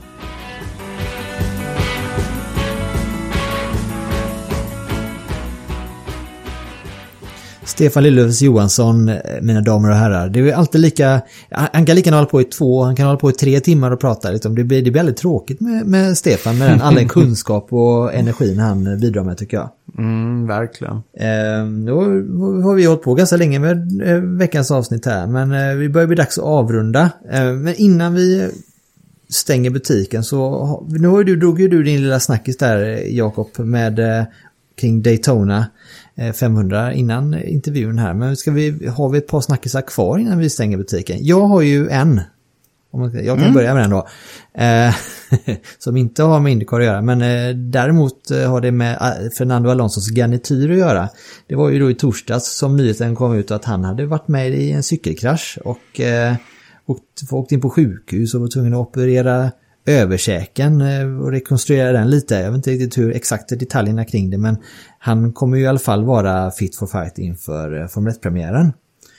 Stefan Lillövs Johansson, mina damer och herrar. Det är alltid lika, han kan lika hålla på i två, han kan hålla på i tre timmar och prata. Liksom. Det blir, det blir väldigt tråkigt med, med Stefan, med den, all den kunskap och energin han bidrar med, tycker jag.
Mm, verkligen.
Eh, då har vi hållit på ganska länge med eh, veckans avsnitt här, men eh, vi börjar bli dags att avrunda. Eh, men innan vi stänger butiken så, nu har du, drog ju du din lilla snackis där, Jakob, med eh, kring Daytona femhundra innan intervjun här. Men ska vi, har vi ett par snackisar kvar innan vi stänger butiken? Jag har ju en. Jag kan mm. börja med den då. Eh, som inte har med IndyCar att göra. Men eh, däremot har det med Fernando Alonsos garnityr att göra. Det var ju då i torsdags som nyheten kom ut att han hade varit med i en cykelkrasch. Och eh, åkt, åkt in på sjukhus och var tvungen att operera översäken och rekonstruera den lite. Jag vet inte riktigt hur exakt detaljerna kring det, men han kommer ju i alla fall vara fit for fight inför Formel ett-premiären.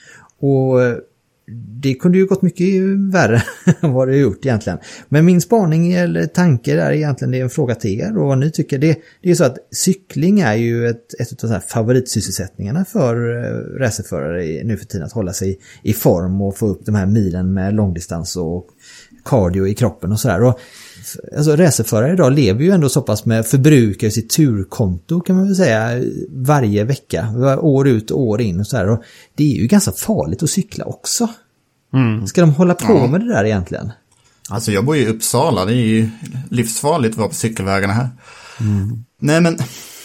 Och det kunde ju gått mycket värre än vad det har gjort egentligen. Men min spaning eller tanke där egentligen, det är en fråga till er och vad ni tycker. Det, det är ju så att cykling är ju ett, ett av de här favoritsysselsättningarna för racerförare nu för tiden, att hålla sig i form och få upp de här milen med långdistans och cardio i kroppen och sådär. Och alltså racerförare idag lever ju ändå så pass med, förbrukar sitt turkonto kan man väl säga varje vecka, år ut och år in och sådär. Och det är ju ganska farligt att cykla också. Mm. Ska de hålla på ja. med det där egentligen?
Alltså jag bor ju i Uppsala, det är ju livsfarligt att vara på cykelvägarna här. Mm. Nej men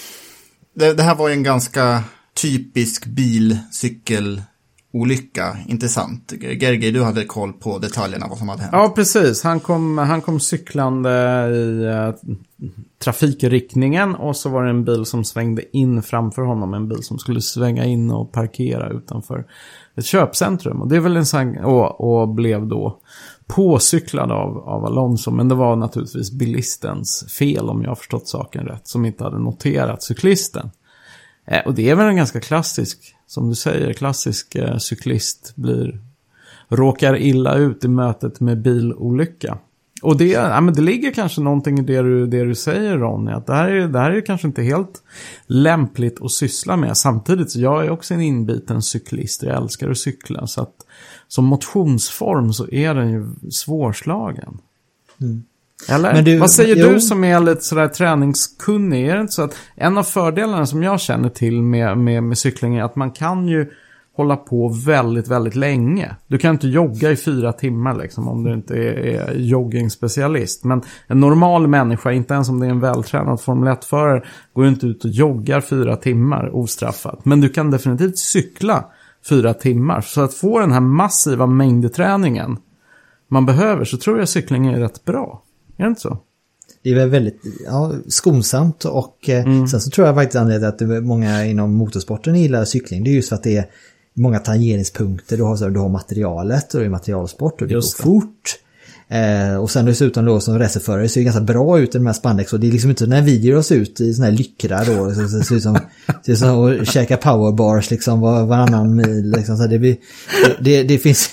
det, det här var ju en ganska typisk bil-cykel olycka, intressant. Gergej, du hade koll på detaljerna vad som hade hänt.
Ja, precis. Han kom, han kom cyklande i uh, trafikriktningen och så var det en bil som svängde in framför honom. En bil som skulle svänga in och parkera utanför ett köpcentrum. Och det är väl en sån, och, och blev då påcyklad av, av Alonso. Men det var naturligtvis bilistens fel, om jag har förstått saken rätt, som inte hade noterat cyklisten. Eh, och det är väl en ganska klassisk, som du säger, klassisk eh, cyklist blir, råkar illa ut i mötet med bilolycka. Och det, ja, men det ligger kanske någonting i det du, det du säger, Ronny, att det här, är, det här är kanske inte helt lämpligt att syssla med. Samtidigt så jag är också en inbiten cyklist, jag älskar att cykla, så att som motionsform så är den ju svårslagen. Mm. Eller? Du, vad säger jo. du som är lite sådär träningskunnig? Är det inte så att en av fördelarna som jag känner till med, med, med cykling är att man kan ju hålla på väldigt, väldigt länge. Du kan inte jogga i fyra timmar liksom, om du inte är, är joggingspecialist. Men en normal människa, inte ens om det är en vältränad Formel ett-förare, går inte ut och joggar fyra timmar ostraffat. Men du kan definitivt cykla fyra timmar. Så att få den här massiva mängdträningen man behöver, så tror jag cykling är rätt bra. Är det inte så?
Det är väl väldigt ja, skonsamt och mm. sen så tror jag faktiskt anledningen att det många inom motorsporten gillar cykling. Det är just för att det är många tangeringspunkter. Du har, du har materialet och det är materialsport och det går fort. Eh, och sen dessutom då som racerförare ser det ganska bra ut i de här spandex. Och det är liksom inte när vi ger oss ut i såna här lyckra då. Så, så, så, som, så, som att käka powerbars liksom var, varannan mil. Liksom, så det, blir, det, det, det finns...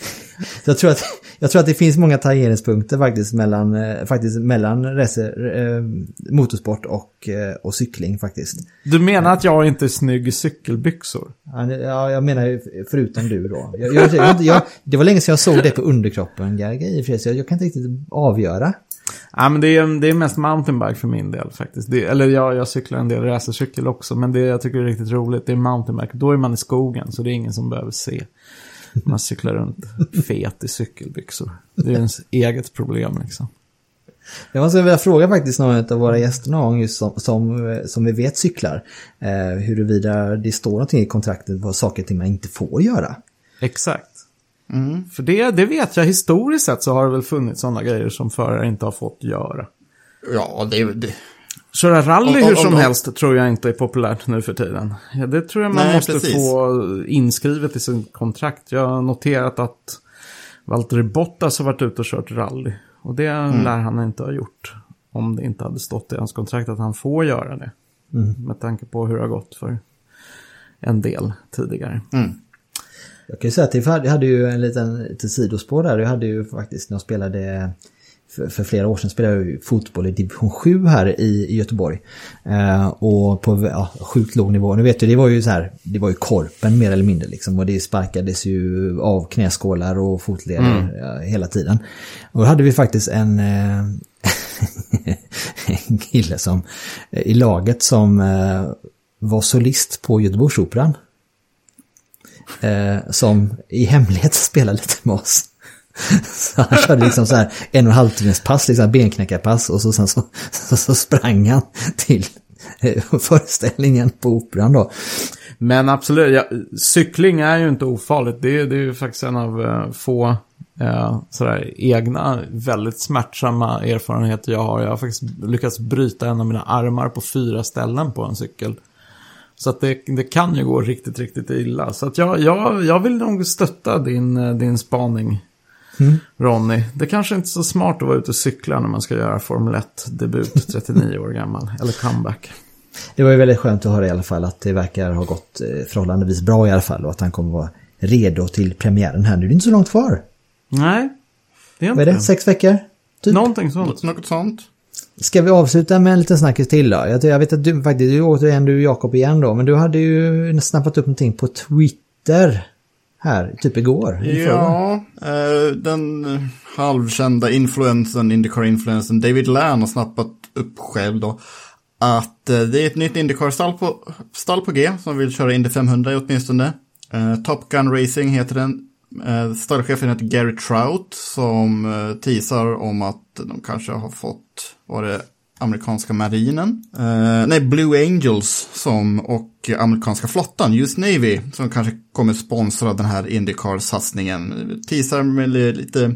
jag tror att Jag tror att det finns många tangeringspunkter faktiskt mellan, eh, faktiskt mellan racer, eh, motorsport och, eh, och cykling faktiskt.
Du menar att jag inte är snygg i cykelbyxor?
Ja, jag menar förutom du då. Jag, jag, jag, jag, det var länge sedan jag såg det på underkroppen, Gergej, så jag, jag kan inte riktigt avgöra.
Ja, men det är, det är mest mountainbike för min del faktiskt. Det, eller jag, jag cyklar en del racercykel också, men det jag tycker är riktigt roligt, det är mountainbike. Då är man i skogen, så det är ingen som behöver se. Man cyklar runt fet i cykelbyxor. Det är ens eget problem liksom.
Jag måste vilja fråga faktiskt någon av våra gäster någon just som, som, som vi vet cyklar. Eh, huruvida det står någonting i kontraktet vad saker och ting man inte får göra.
Exakt. Mm. För det, det vet jag, historiskt sett så har det väl funnits sådana grejer som förare inte har fått göra.
Ja, det är det.
Köra rally om, hur som om, om, helst tror jag inte är populärt nu för tiden. Ja, det tror jag man nej, måste precis. få inskrivet i sin kontrakt. Jag har noterat att Valtteri Bottas har varit ute och kört rally. Och det mm. lär han inte ha gjort. Om det inte hade stått i hans kontrakt att han får göra det. Mm. Med tanke på hur det har gått för en del tidigare. Mm.
Jag kan ju säga att jag hade ju en liten, liten sidospår där. Jag hade ju faktiskt när jag spelade för, för flera år sedan spelade jag ju fotboll i division sju här i, i Göteborg. Eh, och på ja, sjukt låg nivå. Nu vet du, det var ju så här, det var ju korpen mer eller mindre liksom. Och det sparkades ju av knäskålar och fotleder mm. ja, hela tiden. Och då hade vi faktiskt en... Eh, en kille som i laget som eh, var solist på Göteborgsoperan eh, som i hemlighet spelade lite med oss. Så han körde liksom så här en och en halv timmes pass, liksom benknäckarpass, och så, sen så, så, så sprang han till eh, föreställningen på operan då.
Men absolut, ja, cykling är ju inte ofarligt. Det är, det är ju faktiskt en av uh, få uh, sådär, egna väldigt smärtsamma erfarenheter jag har. Jag har faktiskt lyckats bryta en av mina armar på fyra ställen på en cykel. Så att det, det kan ju gå riktigt, riktigt illa. Så att jag, jag, jag vill nog stötta din, din spaning, mm. Ronny. Det kanske inte är så smart att vara ute och cykla när man ska göra Formel ett-debut trettionio år gammal. Eller comeback.
Det var ju väldigt skönt att höra i alla fall att det verkar ha gått förhållandevis bra i alla fall. Och att han kommer vara redo till premiären här nu. Det är inte så långt kvar.
Nej, det är inte.
Vad är det? Sex veckor?
Typ. Någonting sånt.
Något sånt.
Ska vi avsluta med en liten snackis till då? Jag, jag vet att du faktiskt, du återigen du Jakob igen då. Men du hade ju snappat upp någonting på Twitter här, typ igår.
Ja, eh, den halvkända influensen, IndyCar-influensen David Land har snappat upp själv då. Att eh, det är ett nytt IndyCar-stall på, stall på G som vill köra Indy femhundra åtminstone. Eh, Top Gun Racing heter den. Eh, stallchefen heter Gary Trout som eh, teasar om att de kanske har fått, var det amerikanska marinen? Eh, nej, Blue Angels som, och amerikanska flottan, U S Navy, som kanske kommer sponsra den här IndyCar-satsningen. Teasar med lite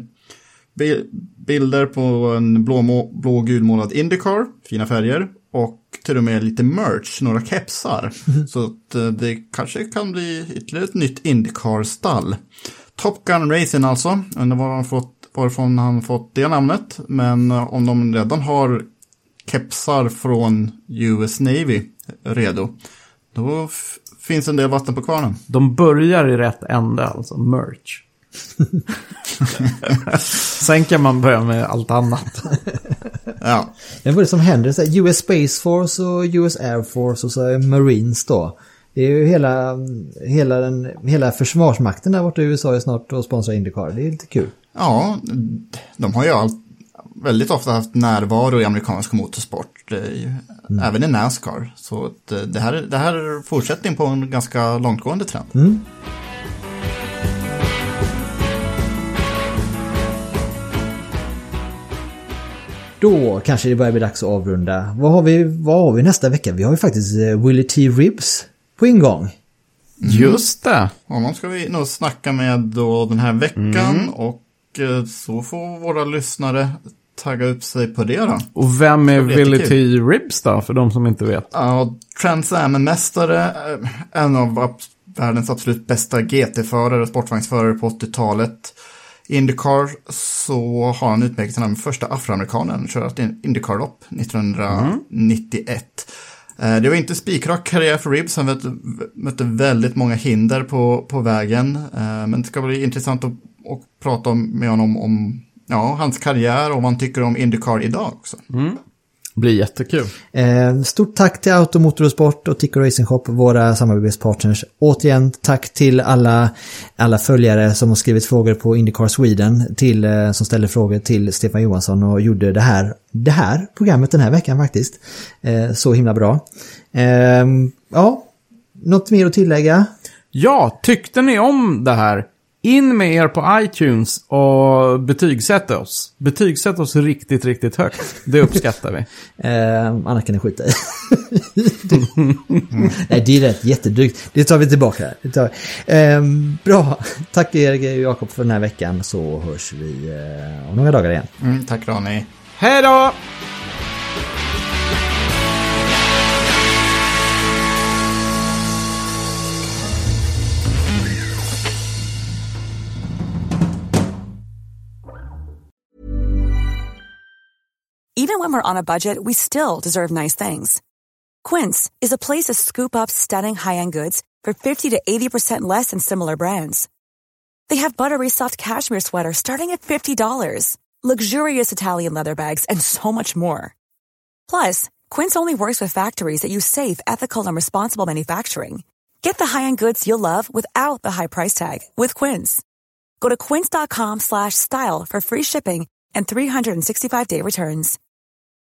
bilder på en blå, blå-gulmålad IndyCar, fina färger. Och till och med lite merch, några kepsar. Mm. Så att det kanske kan bli ytterligare ett nytt IndyCar-stall. Top Gun Racing alltså. Undrar var han fått, varifrån han fått det namnet. Men om de redan har kepsar från U S Navy redo, då f- finns en del vatten på kvarnen.
De börjar i rätt ände, alltså merch. Sen kan man börja med allt annat.
Ja. Det var det som händer så här, U S Space Force och U S Air Force och så Marines då. Det är ju hela hela den hela försvarsmakten där borta i U S A är snart och sponsrar IndyCar. Det är lite kul.
Ja, de har ju allt, väldigt ofta haft närvaro i amerikansk motorsport, mm. även i NASCAR. Så det här det här är fortsättning på en ganska långtgående trend.
Mm. Då kanske det börjar bli dags att avrunda. Vad har vi, vad har vi nästa vecka? Vi har ju faktiskt uh, Willie T. Ribs på ingång. Mm.
Just det.
Honom ska vi nog snacka med då den här veckan. Mm. Och uh, så får våra lyssnare tagga upp sig på det då.
Och vem är Willie T. Ribs då, för de som inte vet?
Ja, uh, Trans Am-mästare. Uh, en av världens absolut bästa G T-förare och sportvagnsförare på åttiotalet. IndyCar så har han utmärkt sig som första afroamerikanen kört IndyCar-lopp nittonhundranittioett. Mm. Det var inte spikrak karriär för Ribs, han mötte, mötte väldigt många hinder på, på vägen. Men det ska bli intressant att, att prata med honom om ja, hans karriär och vad han tycker om IndyCar idag också.
Mm. Det blir jättekul.
Eh, stort tack till Automotorsport och Tico Racing Shop, våra samarbetspartners. Återigen tack till alla, alla följare som har skrivit frågor på IndyCar Sweden, till, eh, som ställde frågor till Stefan Johansson och gjorde det här, det här programmet den här veckan faktiskt. Eh, så himla bra. Eh, ja, något mer att tillägga?
Ja, tyckte ni om det här? In med er på iTunes och betygsätt oss. Betygsätt oss riktigt, riktigt högt. Det uppskattar vi.
eh, annars kan ni skjuta i. mm. Nej, det är rätt jättedrygt. Det tar vi tillbaka här. Det tar vi. Eh, bra. Tack er och Jakob för den här veckan. Så hörs vi eh, om några dagar igen.
Mm, tack Ronny.
Hej då!
Even when we're on a budget, we still deserve nice things. Quince is a place to scoop up stunning high-end goods for fifty to eighty percent less than similar brands. They have buttery soft cashmere sweaters starting at fifty dollars, luxurious Italian leather bags, and so much more. Plus, Quince only works with factories that use safe, ethical, and responsible manufacturing. Get the high-end goods you'll love without the high price tag with Quince. Go to quince.com slash style for free shipping and three sixty-five day returns.